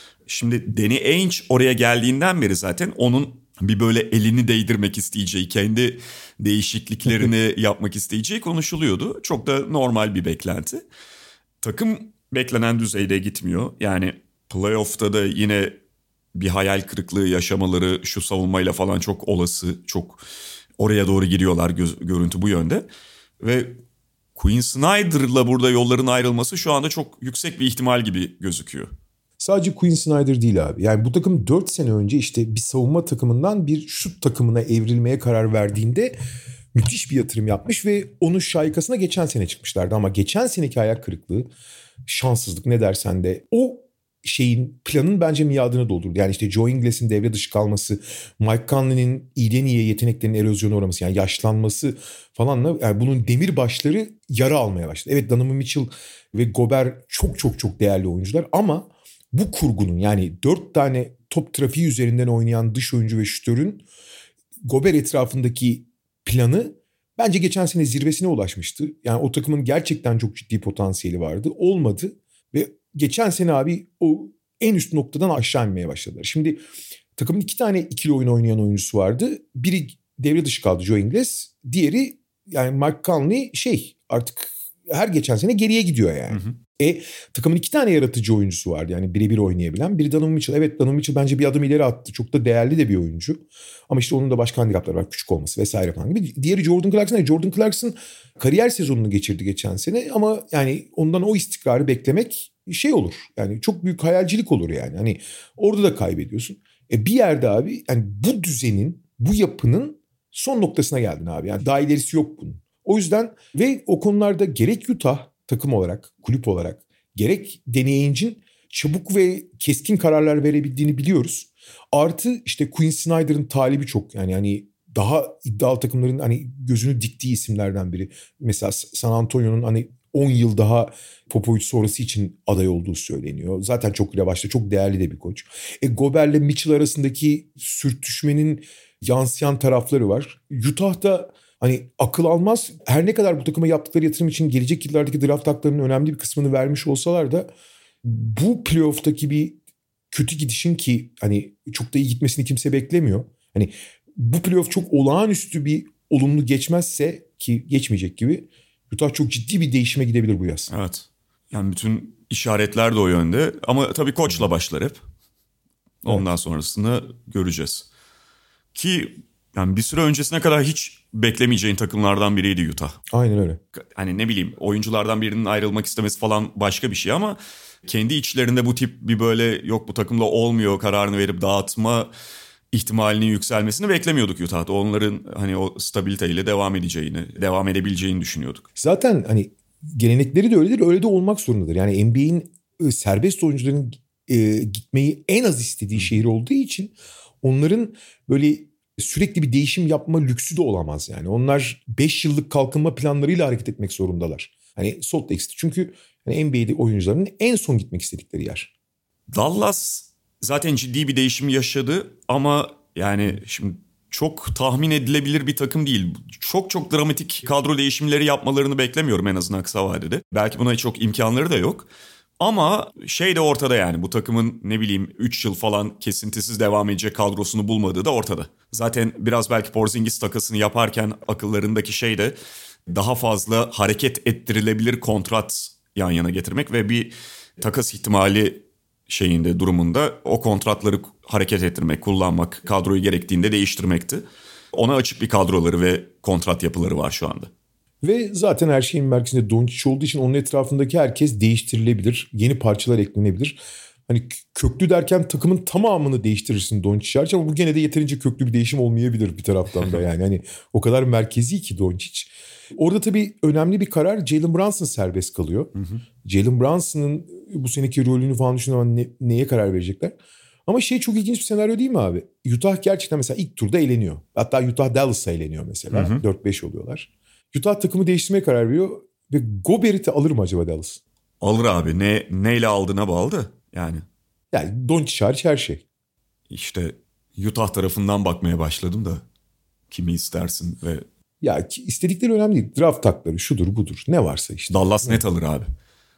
Şimdi Danny Ainge oraya geldiğinden beri zaten onun bir böyle elini değdirmek isteyeceği, kendi değişikliklerini yapmak isteyeceği konuşuluyordu. Çok da normal bir beklenti. Takım beklenen düzeyde gitmiyor. Yani playoff'ta da yine bir hayal kırıklığı yaşamaları şu savunmayla falan çok olası. Çok oraya doğru giriyorlar, göz, görüntü bu yönde. Ve Quinn Snyder'la burada yolların ayrılması şu anda çok yüksek bir ihtimal gibi gözüküyor. Sadece Quinn Snyder değil abi. Yani bu takım dört sene önce işte bir savunma takımından bir şut takımına evrilmeye karar verdiğinde müthiş bir yatırım yapmış ve onun şaikasına geçen sene çıkmışlardı. Ama geçen seneki hayal kırıklığı, şanssızlık ne dersen de o şeyin, planın bence miadını doldurdu. Yani işte Joe Ingles'in devre dışı kalması, Mike Conley'nin iyiden iyiye yeteneklerinin erozyona uğraması, yani yaşlanması falanla yani bunun demir başları yara almaya başladı. Evet, Donovan Mitchell ve Gobert çok çok çok değerli oyuncular ama bu kurgunun, yani dört tane top trafiği üzerinden oynayan dış oyuncu ve şütörün Gobert etrafındaki planı bence geçen sene zirvesine ulaşmıştı. Yani o takımın gerçekten çok ciddi potansiyeli vardı. Olmadı ve geçen sene abi o en üst noktadan aşağı inmeye başladılar. Şimdi takımın iki tane ikili oyun oynayan oyuncusu vardı. Biri devre dışı kaldı, Joe Ingles. Diğeri yani Mike Conley şey artık her geçen sene geriye gidiyor yani. Hı hı. E takımın iki tane yaratıcı oyuncusu vardı yani birebir oynayabilen. Biri Donovan Mitchell. Evet, Donovan Mitchell bence bir adım ileri attı. Çok da değerli de bir oyuncu. Ama işte onun da başka handikapları var. Küçük olması vesaire falan gibi. Diğeri Jordan Clarkson. Jordan Clarkson kariyer sezonunu geçirdi geçen sene. Ama yani ondan o istikrarı beklemek şey olur. Yani çok büyük hayalcilik olur yani. Hani orada da kaybediyorsun. E bir yerde abi yani bu düzenin, bu yapının son noktasına geldin abi. Yani daha ilerisi yok bunun. O yüzden ve o konularda gerek Utah takım olarak, kulüp olarak, gerek Danny Ainge'in çabuk ve keskin kararlar verebildiğini biliyoruz. Artı işte Quinn Snyder'ın talibi çok. Yani hani daha iddialı takımların hani gözünü diktiği isimlerden biri. Mesela San Antonio'nun hani on yıl daha Popovich sonrası için aday olduğu söyleniyor. Zaten çok revaçta, çok değerli de bir koç. E Gobert'le Mitchell arasındaki sürtüşmenin yansıyan tarafları var. Utah'da hani akıl almaz, her ne kadar bu takıma yaptıkları yatırım için gelecek yıllardaki draft haklarının önemli bir kısmını vermiş olsalar da bu playoff'taki bir kötü gidişin ki hani çok da iyi gitmesini kimse beklemiyor. Hani bu playoff çok olağanüstü bir olumlu geçmezse ki geçmeyecek gibi Utah çok ciddi bir değişime gidebilir bu yaz. Evet. Yani bütün işaretler de o yönde ama tabii koçla başlar hep. Ondan evet. sonrasını göreceğiz. Ki yani bir süre öncesine kadar hiç beklemeyeceğin takımlardan biriydi Utah. Aynen öyle. Hani ne bileyim oyunculardan birinin ayrılmak istemesi falan başka bir şey ama kendi içlerinde bu tip bir böyle yok bu takımla olmuyor kararını verip dağıtma ihtimalinin yükselmesini beklemiyorduk Utah'ta. Onların hani o stabiliteyle devam edeceğini, devam edebileceğini düşünüyorduk. Zaten hani gelenekleri de öyledir, öyle de olmak zorundadır. Yani N B A'in serbest oyuncuların e, gitmeyi en az istediği şehir olduğu için onların böyle sürekli bir değişim yapma lüksü de olamaz yani. Onlar beş yıllık kalkınma planlarıyla hareket etmek zorundalar. Hani Salt Lake City çünkü hani N B A'de oyuncuların en son gitmek istedikleri yer. Dallas zaten ciddi bir değişim yaşadı ama yani şimdi çok tahmin edilebilir bir takım değil. Çok çok dramatik kadro değişimleri yapmalarını beklemiyorum en azından kısa vadede. Belki buna çok imkanları da yok. Ama şey de ortada yani bu takımın ne bileyim üç yıl falan kesintisiz devam edecek kadrosunu bulmadığı da ortada. Zaten biraz belki Porzingis takasını yaparken akıllarındaki şey de daha fazla hareket ettirilebilir kontrat yan yana getirmek ve bir takas ihtimali şeyinde durumunda o kontratları hareket ettirmek, kullanmak, kadroyu gerektiğinde değiştirmekti. Ona açık bir kadroları ve kontrat yapıları var şu anda. Ve zaten her şeyin merkezinde Doncic olduğu için onun etrafındaki herkes değiştirilebilir. Yeni parçalar eklenebilir. Hani köklü derken takımın tamamını değiştirirsin Doncic hariç ama bu gene de yeterince köklü bir değişim olmayabilir bir taraftan da yani. Hani o kadar merkezi ki Doncic. Orada tabii önemli bir karar, Jalen Brunson serbest kalıyor. Hı hı. Jalen Brunson'ın bu seneki rolünü falan düşünüyorum ne, neye karar verecekler. Ama şey çok ilginç bir senaryo değil mi abi? Utah gerçekten mesela ilk turda eleniyor. Hatta Utah Dallas'a eleniyor mesela. Hı hı. dört beş oluyorlar. Utah takımı değiştirmeye karar veriyor ve Gobert'i alır mı acaba Dallas? Alır abi. Ne neyle aldığına bağlı da yani. Yani Doncic hariç her şey. İşte Utah tarafından bakmaya başladım da kimi istersin ve... Ya istedikleri önemli değil. Draft hakları şudur budur ne varsa işte. Dallas net alır abi.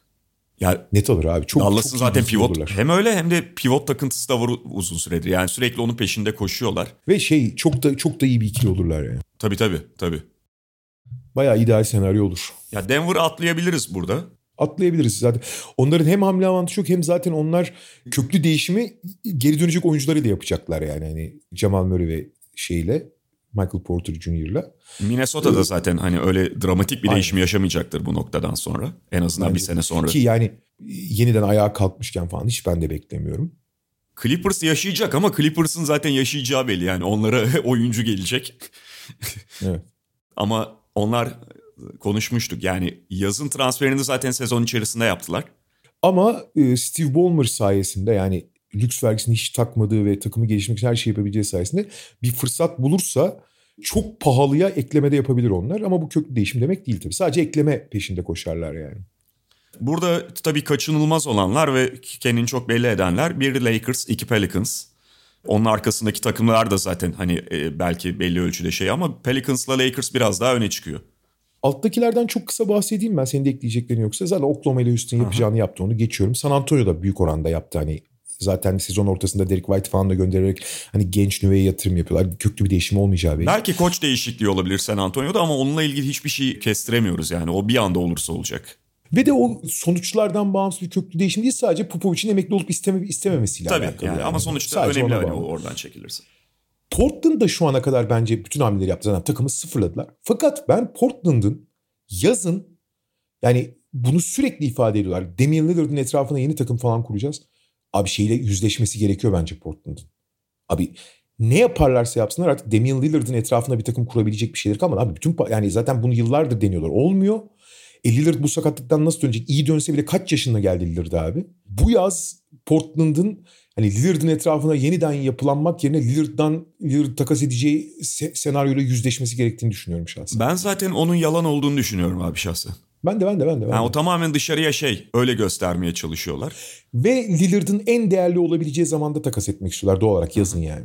Ya net alır abi. Çok, Dallas'ın çok zaten pivot olurlar. Hem öyle hem de pivot takıntısı da var uzun süredir. Yani sürekli onun peşinde koşuyorlar. Ve şey çok da çok da iyi bir ikili olurlar yani. Tabii tabii tabii. Bayağı ideal senaryo olur. Ya Denver'ı atlayabiliriz burada. Atlayabiliriz zaten. Onların hem hamle avantajı yok hem zaten onlar köklü değişimi geri dönecek oyuncularıyla yapacaklar yani. Hani Jamal Murray ve şeyle Michael Porter Junior'la. Minnesota'da zaten hani öyle dramatik bir değişim yaşamayacaktır bu noktadan sonra. En azından Bence. bir sene sonra. Ki yani yeniden ayağa kalkmışken falan hiç ben de beklemiyorum. Clippers yaşayacak ama Clippers'ın zaten yaşayacağı belli. Yani onlara oyuncu gelecek. Evet. Ama onlar konuşmuştuk. Yani yazın transferini zaten sezon içerisinde yaptılar. Ama Steve Ballmer sayesinde yani lüks vergisini hiç takmadığı ve takımı geliştirmek için her şeyi yapabileceği sayesinde bir fırsat bulursa çok pahalıya eklemede yapabilir onlar. Ama bu köklü değişim demek değil tabii. Sadece ekleme peşinde koşarlar yani. Burada tabii kaçınılmaz olanlar ve kendini çok belli edenler bir Lakers, iki Pelicans. Onun arkasındaki takımlar da zaten hani belki belli ölçüde şey ama Pelicans'la Lakers biraz daha öne çıkıyor. Alttakilerden çok kısa bahsedeyim ben. Senin de ekleyeceklerin yoksa. Zaten Oklahoma ile Houston yapacağını Aha. yaptı, onu geçiyorum. San Antonio da büyük oranda yaptı hani zaten sezon ortasında Derek White falan da göndererek hani genç nüveye yatırım yapıyorlar. Köklü bir değişim olmayacağı belli. Belki koç değişikliği olabilir San Antonio'da ama onunla ilgili hiçbir şey kestiremiyoruz yani. O bir anda olursa olacak. Ve de o sonuçlardan bağımsız bir köklü değişim değil, sadece Popovic'in emekli olup isteme, istememesiyle Tabii alakalı. yani. Yani. Ama sonuçta sadece önemli ona hani bağlı. oradan çekilirse. Portland da şu ana kadar bence bütün hamleleri yaptı. Zaten takımı sıfırladılar. Fakat ben Portland'ın yazın, yani bunu sürekli ifade ediyorlar. Damian Lillard'ın etrafına yeni takım falan kuracağız. Abi şeyle yüzleşmesi gerekiyor bence Portland'ın. Abi ne yaparlarsa yapsınlar artık Damian Lillard'ın etrafına bir takım kurabilecek bir şeyler kalmadı. Abi bütün yani zaten bunu yıllardır deniyorlar. Olmuyor. E Lillard bu sakatlıktan nasıl dönecek? İyi dönse bile kaç yaşına geldi Lillard abi? Bu yaz Portland'ın hani Lillard'ın etrafına yeniden yapılanmak yerine Lillard'dan Lillard takas edeceği se- senaryoyla yüzleşmesi gerektiğini düşünüyorum şahsen. Ben zaten onun yalan olduğunu düşünüyorum abi şahsen. Ben de ben de ben de. Ben yani de. O tamamen dışarıya şey öyle göstermeye çalışıyorlar. Ve Lillard'ın en değerli olabileceği zamanda takas etmek istiyorlar doğal olarak yazın yani.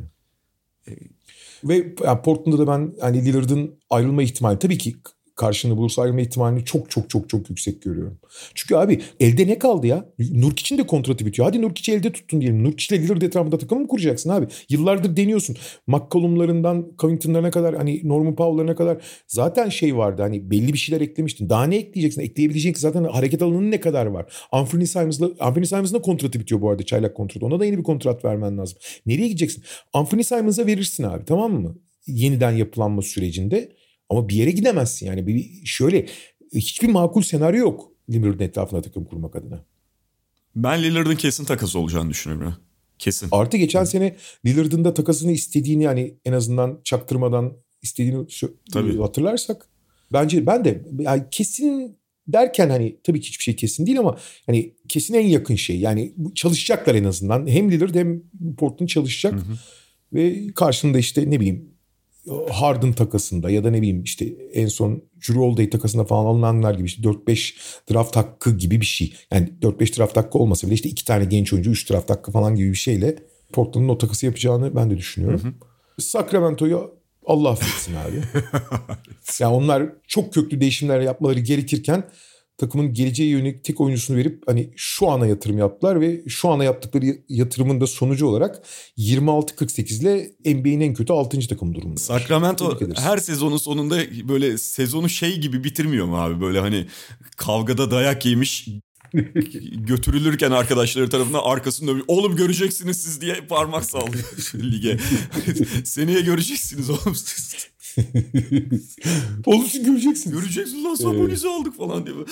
Ve yani Portland'da da ben hani Lillard'ın ayrılma ihtimali tabii ki karşılığını bulursa ayrılma ihtimalini çok çok çok çok yüksek görüyorum. Çünkü abi elde ne kaldı ya? Nurkic'in de kontratı bitiyor. Hadi Nurkic'i elde tuttun diyelim. Nurkic'le Lillard etrafında takım mı kuracaksın abi? Yıllardır deniyorsun. McCollum'larından Covington'larına kadar hani Norman Powell'larına kadar zaten şey vardı. Hani belli bir şeyler eklemiştin. Daha ne ekleyeceksin? Ekleyebileceksin zaten hareket alanının ne kadar var? Anthony Simons'la Anthony Simons'ın da kontratı bitiyor bu arada, çaylak kontratı. Ona da yeni bir kontrat vermen lazım. Nereye gideceksin? Anthony Simons'a verirsin abi, tamam mı? Yeniden yapılanma sürecinde. Ama bir yere gidemezsin yani. Bir şöyle hiçbir makul senaryo yok Lillard'ın etrafına takım kurmak adına. Ben Lillard'ın kesin takası olacağını düşünüyorum ya. Kesin. Artı geçen sene Lillard'ın da takasını istediğini, yani en azından çaktırmadan istediğini Tabii. hatırlarsak bence ben de yani kesin derken hani tabii ki hiçbir şey kesin değil ama hani kesin en yakın şey. Yani çalışacaklar en azından. Hem Lillard hem Portland çalışacak. Hı hı. Ve karşında işte ne bileyim Harden takasında ya da ne bileyim işte en son Jrue Holiday takasında falan alınanlar gibi işte dört beş draft hakkı gibi bir şey. Yani dört beş draft hakkı olmasa bile işte iki tane genç oyuncu üç draft hakkı falan gibi bir şeyle Portland'ın o takası yapacağını ben de düşünüyorum. Hı hı. Sacramento'yu Allah affetsin abi. Yani onlar çok köklü değişimler yapmaları gerekirken takımın geleceğe yönelik tek oyuncusunu verip hani şu ana yatırım yaptılar ve şu ana yaptıkları yatırımın da sonucu olarak yirmi altı kırk sekiz ile N B A'nin en kötü altıncı takım durumunda. Sacramento her sezonun sonunda böyle sezonu şey gibi bitirmiyor mu abi? Böyle hani kavgada dayak yemiş götürülürken arkadaşları tarafından arkasında oğlum göreceksiniz siz diye parmak sallıyor lige. Seneye göreceksiniz oğlum siz. Oğlum siz göreceksiniz. Göreceksiniz lan Sabonis'i evet. aldık falan diye.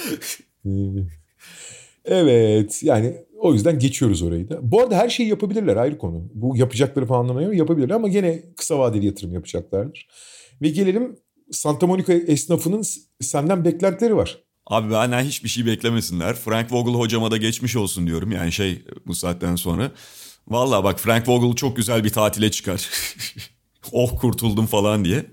Evet yani o yüzden geçiyoruz orayı da. Bu arada her şeyi yapabilirler, ayrı konu. Bu yapacakları falan anlamaya yapabilirler ama gene kısa vadeli yatırım yapacaklardır. Ve gelelim Santa Monica esnafının senden beklentileri var. Abi benden hiçbir şey beklemesinler. Frank Vogel hocama da geçmiş olsun diyorum. Yani şey bu saatten sonra. Vallahi bak Frank Vogel çok güzel bir tatile çıkar. Oh kurtuldum falan diye.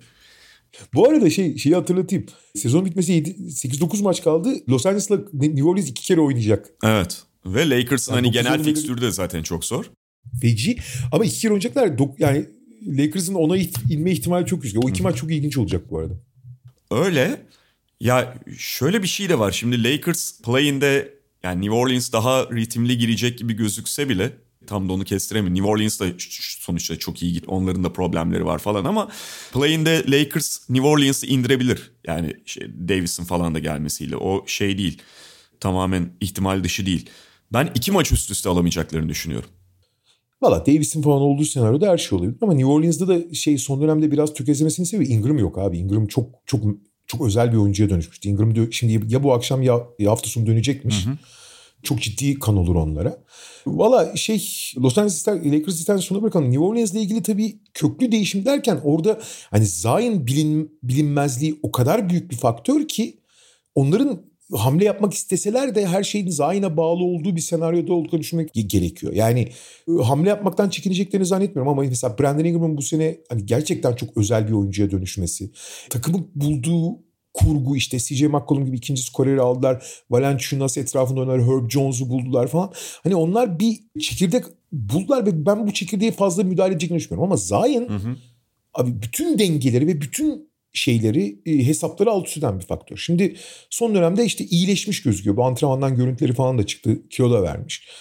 Bu arada şey şeyi hatırlatayım. Sezon bitmesi sekiz dokuz maç kaldı. Los Angeles'la New Orleans iki kere oynayacak. Evet. Ve Lakers'ın yani hani genel fikstürü de zaten çok zor. Feci. Ama iki kere oynayacaklar. Yani Lakers'ın ona inme ihtimali çok yüksek. O iki Hı. maç çok ilginç olacak bu arada. Öyle. Ya şöyle bir şey de var. Şimdi Lakers play-in'de yani New Orleans daha ritimli girecek gibi gözükse bile tam da onu kestiremiyor. New Orleans da sonuçta çok iyi git. Onların da problemleri var falan ama play-in'de Lakers New Orleans'ı indirebilir. Yani şey, Davis'in falan da gelmesiyle. O şey değil. Tamamen ihtimal dışı değil. Ben iki maç üst üste alamayacaklarını düşünüyorum. Valla Davis'in falan olduğu senaryoda her şey olabilir. Ama New Orleans'da da şey son dönemde biraz tökezlemesini seviyor. Ingram yok abi. Ingram çok çok çok özel bir oyuncuya dönüşmüştü. Ingram diyor, şimdi ya bu akşam ya, ya hafta sonu dönecekmiş. Hı hı. Çok ciddi kan olur onlara. Valla şey Los Angeles Lakers istersen sonra bırakalım. New Orleans'la ilgili tabii köklü değişim derken orada hani Zion bilin, bilinmezliği o kadar büyük bir faktör ki onların hamle yapmak isteseler de her şeyin Zion'a bağlı olduğu bir senaryoda olduklarını düşünmek gerekiyor. Yani hamle yapmaktan çekineceklerini zannetmiyorum ama mesela Brandon Ingram'ın bu sene hani gerçekten çok özel bir oyuncuya dönüşmesi, takımın bulduğu kurgu işte C J McCollum gibi ikinci skoreri aldılar. Valanciunas etrafında oynadılar. Herb Jones'u buldular falan. Hani onlar bir çekirdek buldular ve ben bu çekirdeğe fazla müdahale edeceklerini düşünmüyorum. Ama Zion hı hı. abi bütün dengeleri ve bütün şeyleri hesapları alt üst eden bir faktör. Şimdi son dönemde işte iyileşmiş gözüküyor. Bu antrenmandan görüntüleri falan da çıktı. Kilo da vermiş.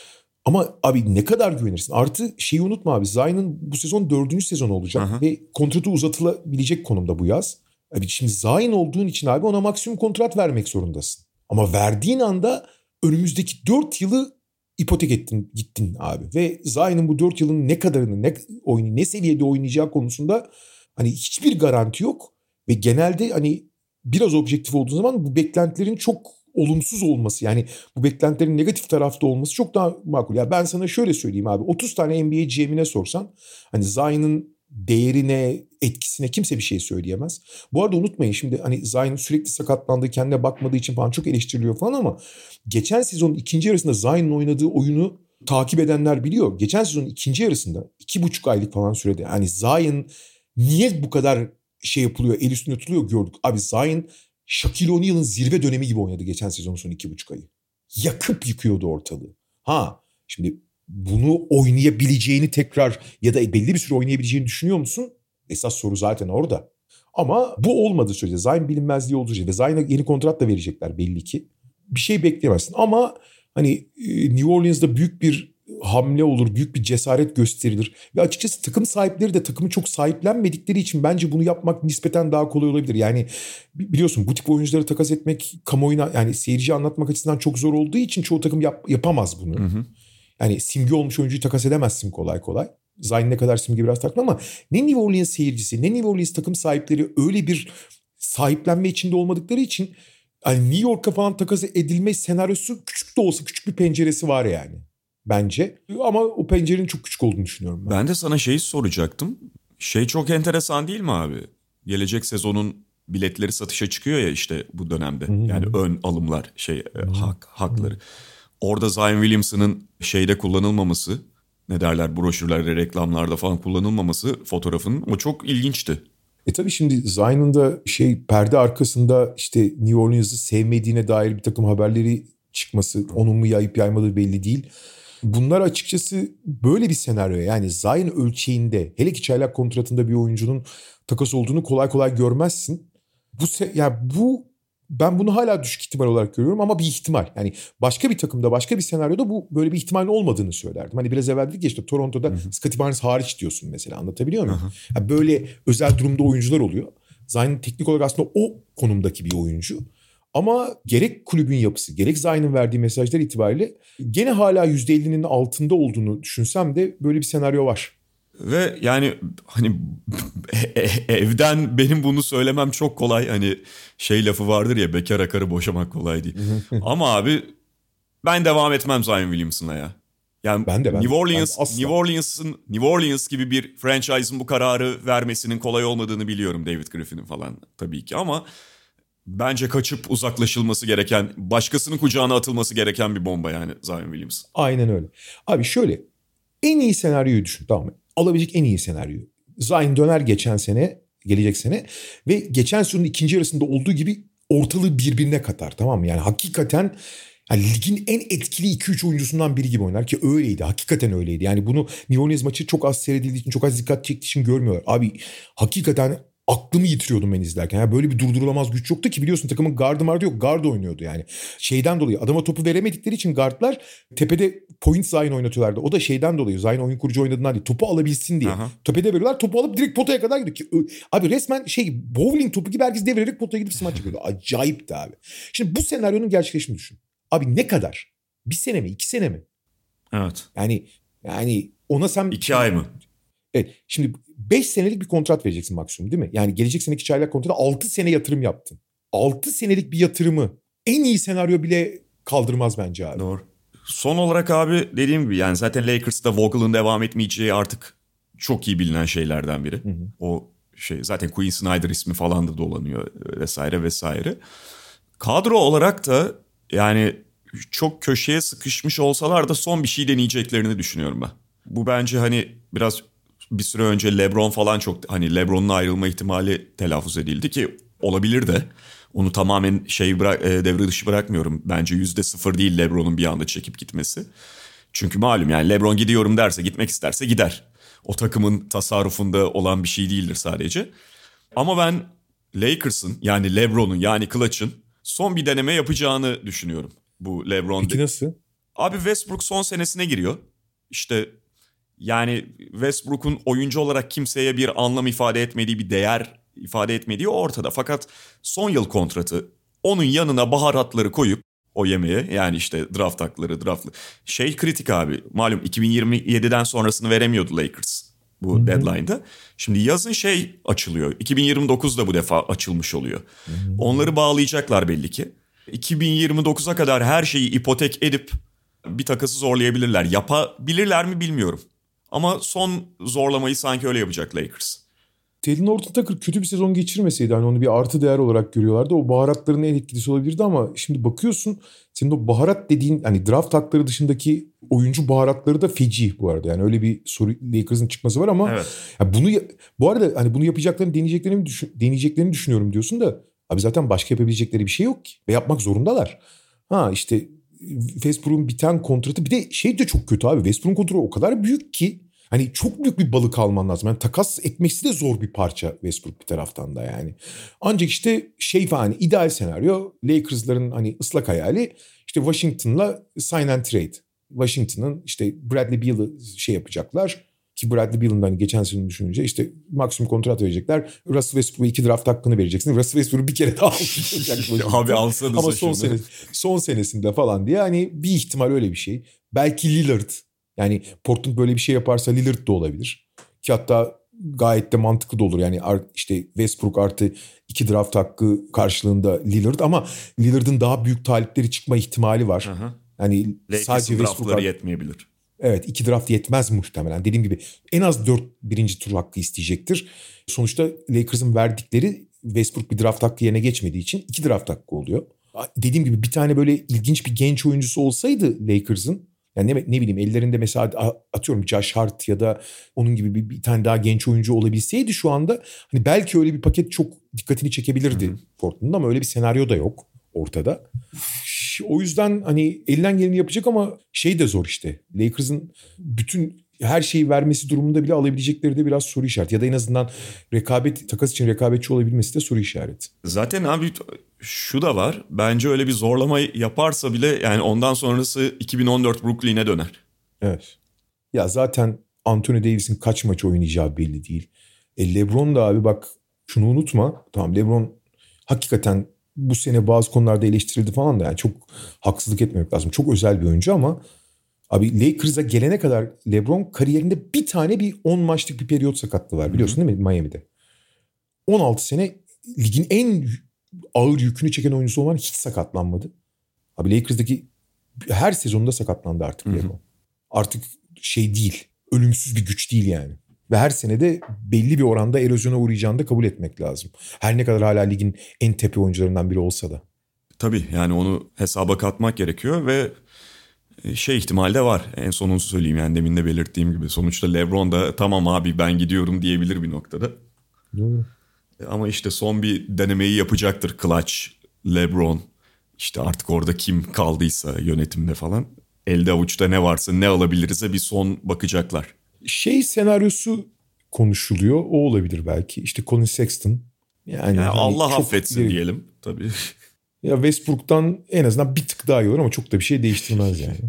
Ama abi ne kadar güvenirsin? Artı şeyi unutma abi. Zion'ın bu sezon dördüncü sezon olacak. Aha. Ve kontratı uzatılabilecek konumda bu yaz. Abi şimdi Zion olduğun için abi ona maksimum kontrat vermek zorundasın. Ama verdiğin anda önümüzdeki dört yılı ipotek ettin gittin abi. Ve Zion'ın bu dört yılın ne kadarını ne oyunu ne seviyede oynayacağı konusunda hani hiçbir garanti yok. Ve genelde hani biraz objektif olduğun zaman bu beklentilerin çok olumsuz olması, yani bu beklentilerin negatif tarafta olması çok daha makul. Ya ben sana şöyle söyleyeyim abi, otuz tane N B A G M'ine sorsan hani Zion'ın değerine, etkisine kimse bir şey söyleyemez. Bu arada unutmayın şimdi hani Zion sürekli sakatlandığı, kendine bakmadığı için falan çok eleştiriliyor falan ama geçen sezonun ikinci yarısında Zion'ın oynadığı oyunu takip edenler biliyor. Geçen sezonun ikinci yarısında iki buçuk aylık falan sürede hani Zion niye bu kadar şey yapılıyor, el üstünde tutuluyor gördük. Abi Zion Shaquille O'Neal'ın zirve dönemi gibi oynadı geçen sezonun son iki buçuk ayı. Yakıp yıkıyordu ortalığı. Ha şimdi bunu oynayabileceğini tekrar ya da belli bir süre oynayabileceğini düşünüyor musun? Esas soru zaten orada. Ama bu olmadığı sürece, Zion bilinmezliği olduğu sürece ve Zion'a yeni kontrat da verecekler belli ki. Bir şey bekleyemezsin ama hani New Orleans'da büyük bir hamle olur, büyük bir cesaret gösterilir. Ve açıkçası takım sahipleri de takımı çok sahiplenmedikleri için bence bunu yapmak nispeten daha kolay olabilir. Yani biliyorsun bu tip oyuncuları takas etmek kamuoyuna, yani seyirciye anlatmak açısından çok zor olduğu için çoğu takım yap, yapamaz bunu. Hı hı. Yani simge olmuş oyuncuyu takas edemezsin kolay kolay. Zion ne kadar simge biraz tartışma ama ne New Orleans seyircisi ne New Orleans takım sahipleri öyle bir sahiplenme içinde olmadıkları için hani New York'a falan takas edilme senaryosu küçük de olsa küçük bir penceresi var yani. Bence. Ama o pencerenin çok küçük olduğunu düşünüyorum ben. Ben de sana şeyi soracaktım. Şey çok enteresan değil mi abi? Gelecek sezonun biletleri satışa çıkıyor ya işte bu dönemde. Hı-hı. Yani ön alımlar, şey Hı-hı. hak hakları. Hı-hı. Orada Zion Williamson'ın şeyde kullanılmaması, ne derler broşürlerde, reklamlarda falan kullanılmaması fotoğrafının, o çok ilginçti. E tabii şimdi Zion'ın da şey perde arkasında işte New Orleans'ı sevmediğine dair bir takım haberleri çıkması, onun mu yayıp yaymadığı belli değil. Bunlar açıkçası böyle bir senaryo, yani Zion ölçeğinde, hele ki çaylak kontratında bir oyuncunun takas olduğunu kolay kolay görmezsin. Bu se- yani bu ben bunu hala düşük ihtimal olarak görüyorum ama bir ihtimal. Yani başka bir takımda, başka bir senaryoda bu böyle bir ihtimalin olmadığını söylerdim. Hani biraz evvel dedik ya işte Toronto'da Scottie Barnes hariç diyorsun mesela, anlatabiliyor muyum? Yani böyle özel durumda oyuncular oluyor. Zion teknik olarak aslında o konumdaki bir oyuncu. Ama gerek kulübün yapısı, gerek Zion'ın verdiği mesajlar itibariyle gene hala yüzde ellinin altında olduğunu düşünsem de böyle bir senaryo var. Ve yani hani evden benim bunu söylemem çok kolay. Hani şey lafı vardır ya, bekar akarı boşamak kolay değil. Ama abi ben devam etmem Zion Williamson'la ya. Yani ben de, ben New Orleans, ben de New Orleans'ın New Orleans gibi bir franchise'ın bu kararı vermesinin kolay olmadığını biliyorum, David Griffin'in falan tabii ki, ama bence kaçıp uzaklaşılması gereken, başkasının kucağına atılması gereken bir bomba yani Zion Williams. Aynen öyle. Abi şöyle, en iyi senaryoyu düşün, tamam mı? Alabilecek en iyi senaryo. Zion döner geçen sene, gelecek sene ve geçen sezonun ikinci yarısında olduğu gibi ortalığı birbirine katar, tamam mı? Yani hakikaten yani ligin en etkili iki üç oyuncusundan biri gibi oynar ki öyleydi. Hakikaten öyleydi. Yani bunu New Orleans maçı çok az seyredildiği için, çok az dikkat çektiği için görmüyorlar. Abi hakikaten aklımı yitiriyordum ben izlerken. Yani böyle bir durdurulamaz güç yoktu ki, biliyorsun takımın gardı vardı yok. Guard oynuyordu yani. Şeyden dolayı adama topu veremedikleri için guardlar tepede point Zion oynatıyorlardı. O da şeyden dolayı, Zion oyun kurucu oynadığından değil. Topu alabilsin diye. Aha. Tepede veriyorlar, topu alıp direkt potaya kadar gidiyor ki. Abi resmen şey bowling topu gibi herkes devirerek potaya gidip smaç yapıyordu. Acayipti abi. Şimdi bu senaryonun gerçekleştiğini düşün. Abi ne kadar? Bir sene mi? iki sene mi? Evet. Yani yani ona sen... İki ay mı? Evet. Şimdi beş senelik bir kontrat vereceksin maksimum, değil mi? Yani gelecek seneki çaylak kontratı altı sene yatırım yaptın. altı senelik bir yatırımı en iyi senaryo bile kaldırmaz bence abi. Doğru. Son olarak abi dediğim gibi yani zaten Lakers'ta Vogel'ın devam etmeyeceği artık çok iyi bilinen şeylerden biri. Hı hı. O şey zaten Quinn Snyder ismi falan da dolanıyor vesaire vesaire. Kadro olarak da yani çok köşeye sıkışmış olsalar da son bir şey deneyeceklerini düşünüyorum ben. Bu bence hani biraz bir süre önce LeBron falan çok hani LeBron'un ayrılma ihtimali telaffuz edildi ki olabilir de. Onu tamamen şey bırak, devre dışı bırakmıyorum. Bence yüzde sıfır değil LeBron'un bir anda çekip gitmesi. Çünkü malum yani LeBron gidiyorum derse, gitmek isterse gider. O takımın tasarrufunda olan bir şey değildir sadece. Ama ben Lakers'ın yani LeBron'un yani Clutch'ın son bir deneme yapacağını düşünüyorum. Bu LeBron... Peki nasıl? Abi Westbrook son senesine giriyor. İşte yani Westbrook'un oyuncu olarak kimseye bir anlam ifade etmediği, bir değer ifade etmediği ortada. Fakat son yıl kontratı, onun yanına baharatları koyup o yemeğe, yani işte draft hakları, draftlı şey kritik abi. Malum iki bin yirmi yediden sonrasını veremiyordu Lakers bu Hı-hı. deadline'da. Şimdi yazın şey açılıyor. iki bin yirmi dokuzda bu defa açılmış oluyor. Hı-hı. Onları bağlayacaklar belli ki. iki bin yirmi dokuza kadar her şeyi ipotek edip bir takası zorlayabilirler. Yapabilirler mi bilmiyorum. Ama son zorlamayı sanki öyle yapacak Lakers. Taylor Horton Tucker kötü bir sezon geçirmeseydi hani onu bir artı değer olarak görüyorlardı. O baharatların en etkilisi olabilirdi ama şimdi bakıyorsun senin o baharat dediğin hani draft hakları dışındaki oyuncu baharatları da feci bu arada. Yani öyle bir soru Lakers'ın çıkması var ama evet. Yani bunu bu arada hani bunu yapacaklarını deneyeceklerini düşün, deneyeceklerini düşünüyorum diyorsun da abi zaten başka yapabilecekleri bir şey yok ki ve yapmak zorundalar. Ha işte Westbrook'un biten kontratı bir de şey de çok kötü abi. Westbrook'un kontratı o kadar büyük ki hani çok büyük bir balık alman lazım. Yani takas etmesi de zor bir parça Westbrook bir taraftan da yani. Ancak işte şey falan ideal senaryo Lakers'ların hani ıslak hayali işte Washington'la sign and trade. Washington'ın işte Bradley Beal'ı şey yapacaklar. Ki Bradley Beal'ın hani geçen sezonu düşününce işte maksimum kontrat verecekler. Russell Westbrook'a iki draft hakkını vereceksin. Russell Westbrook'u bir kere daha alacak. Abi alsanız ama son, sene, son senesinde falan diye hani bir ihtimal öyle bir şey. Belki Lillard. Yani Portland böyle bir şey yaparsa Lillard da olabilir. Ki hatta gayet de mantıklı da olur. Yani işte Westbrook artı iki draft hakkı karşılığında Lillard ama Lillard'ın daha büyük talipleri çıkma ihtimali var. Hı hı. Yani Lakers'ın sadece draftları yetmeyebilir. Evet iki draft yetmez muhtemelen. Dediğim gibi en az dört birinci tur hakkı isteyecektir. Sonuçta Lakers'ın verdikleri Westbrook bir draft hakkı yerine geçmediği için iki draft hakkı oluyor. Dediğim gibi bir tane böyle ilginç bir genç oyuncusu olsaydı Lakers'ın yani ne, ne bileyim ellerinde mesela atıyorum Josh Hart ya da onun gibi bir, bir tane daha genç oyuncu olabilseydi şu anda hani belki öyle bir paket çok dikkatini çekebilirdi Portland'ın ama öyle bir senaryo da yok ortada. O yüzden hani elinden geleni yapacak ama şey de zor işte. Lakers'ın bütün her şeyi vermesi durumunda bile alabilecekleri de biraz soru işareti. Ya da en azından rekabet takas için rekabetçi olabilmesi de soru işareti. Zaten abi şu da var. Bence öyle bir zorlama yaparsa bile yani ondan sonrası iki bin on dört Brooklyn'e döner. Evet. Ya zaten Anthony Davis'in kaç maç oynayacağı belli değil. E LeBron da abi bak şunu unutma. Tamam LeBron hakikaten bu sene bazı konularda eleştirildi falan da yani çok haksızlık etmemek lazım. Çok özel bir oyuncu ama abi Lakers'a gelene kadar LeBron kariyerinde bir tane bir on maçlık bir periyot sakatlığı var biliyorsun değil mi Miami'de? on altı sene ligin en ağır yükünü çeken oyuncusu olan hiç sakatlanmadı. Abi Lakers'daki her sezonda sakatlandı artık LeBron. Artık şey değil, ölümsüz bir güç değil yani. Ve her sene de belli bir oranda erozyona uğrayacağını da kabul etmek lazım. Her ne kadar hala ligin en tepe oyuncularından biri olsa da. Tabii yani onu hesaba katmak gerekiyor ve şey ihtimali de var. En sonunu söyleyeyim yani demin de belirttiğim gibi. Sonuçta LeBron da tamam abi ben gidiyorum diyebilir bir noktada. Doğru. Ama işte son bir denemeyi yapacaktır Clutch, LeBron. İşte artık orada kim kaldıysa yönetimde falan. Elde avuçta ne varsa ne alabiliriz'e bir son bakacaklar. Şey senaryosu konuşuluyor. O olabilir belki. İşte Colin Sexton. Yani, yani hani Allah çok affetsin ileri... diyelim tabii. Ya Westbrook'tan en azından bir tık daha iyi olur ama çok da bir şey değiştirmez yani.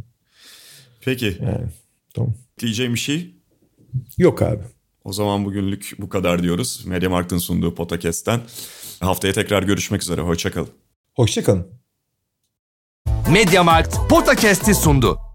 Peki. Yani tamam. Diyeceğim bir şey? Yok abi. O zaman bugünlük bu kadar diyoruz. MediaMarkt'ın sunduğu podcast'ten. Haftaya tekrar görüşmek üzere. Hoşça kalın. Hoşça kalın. MediaMarkt Podcast'i sundu.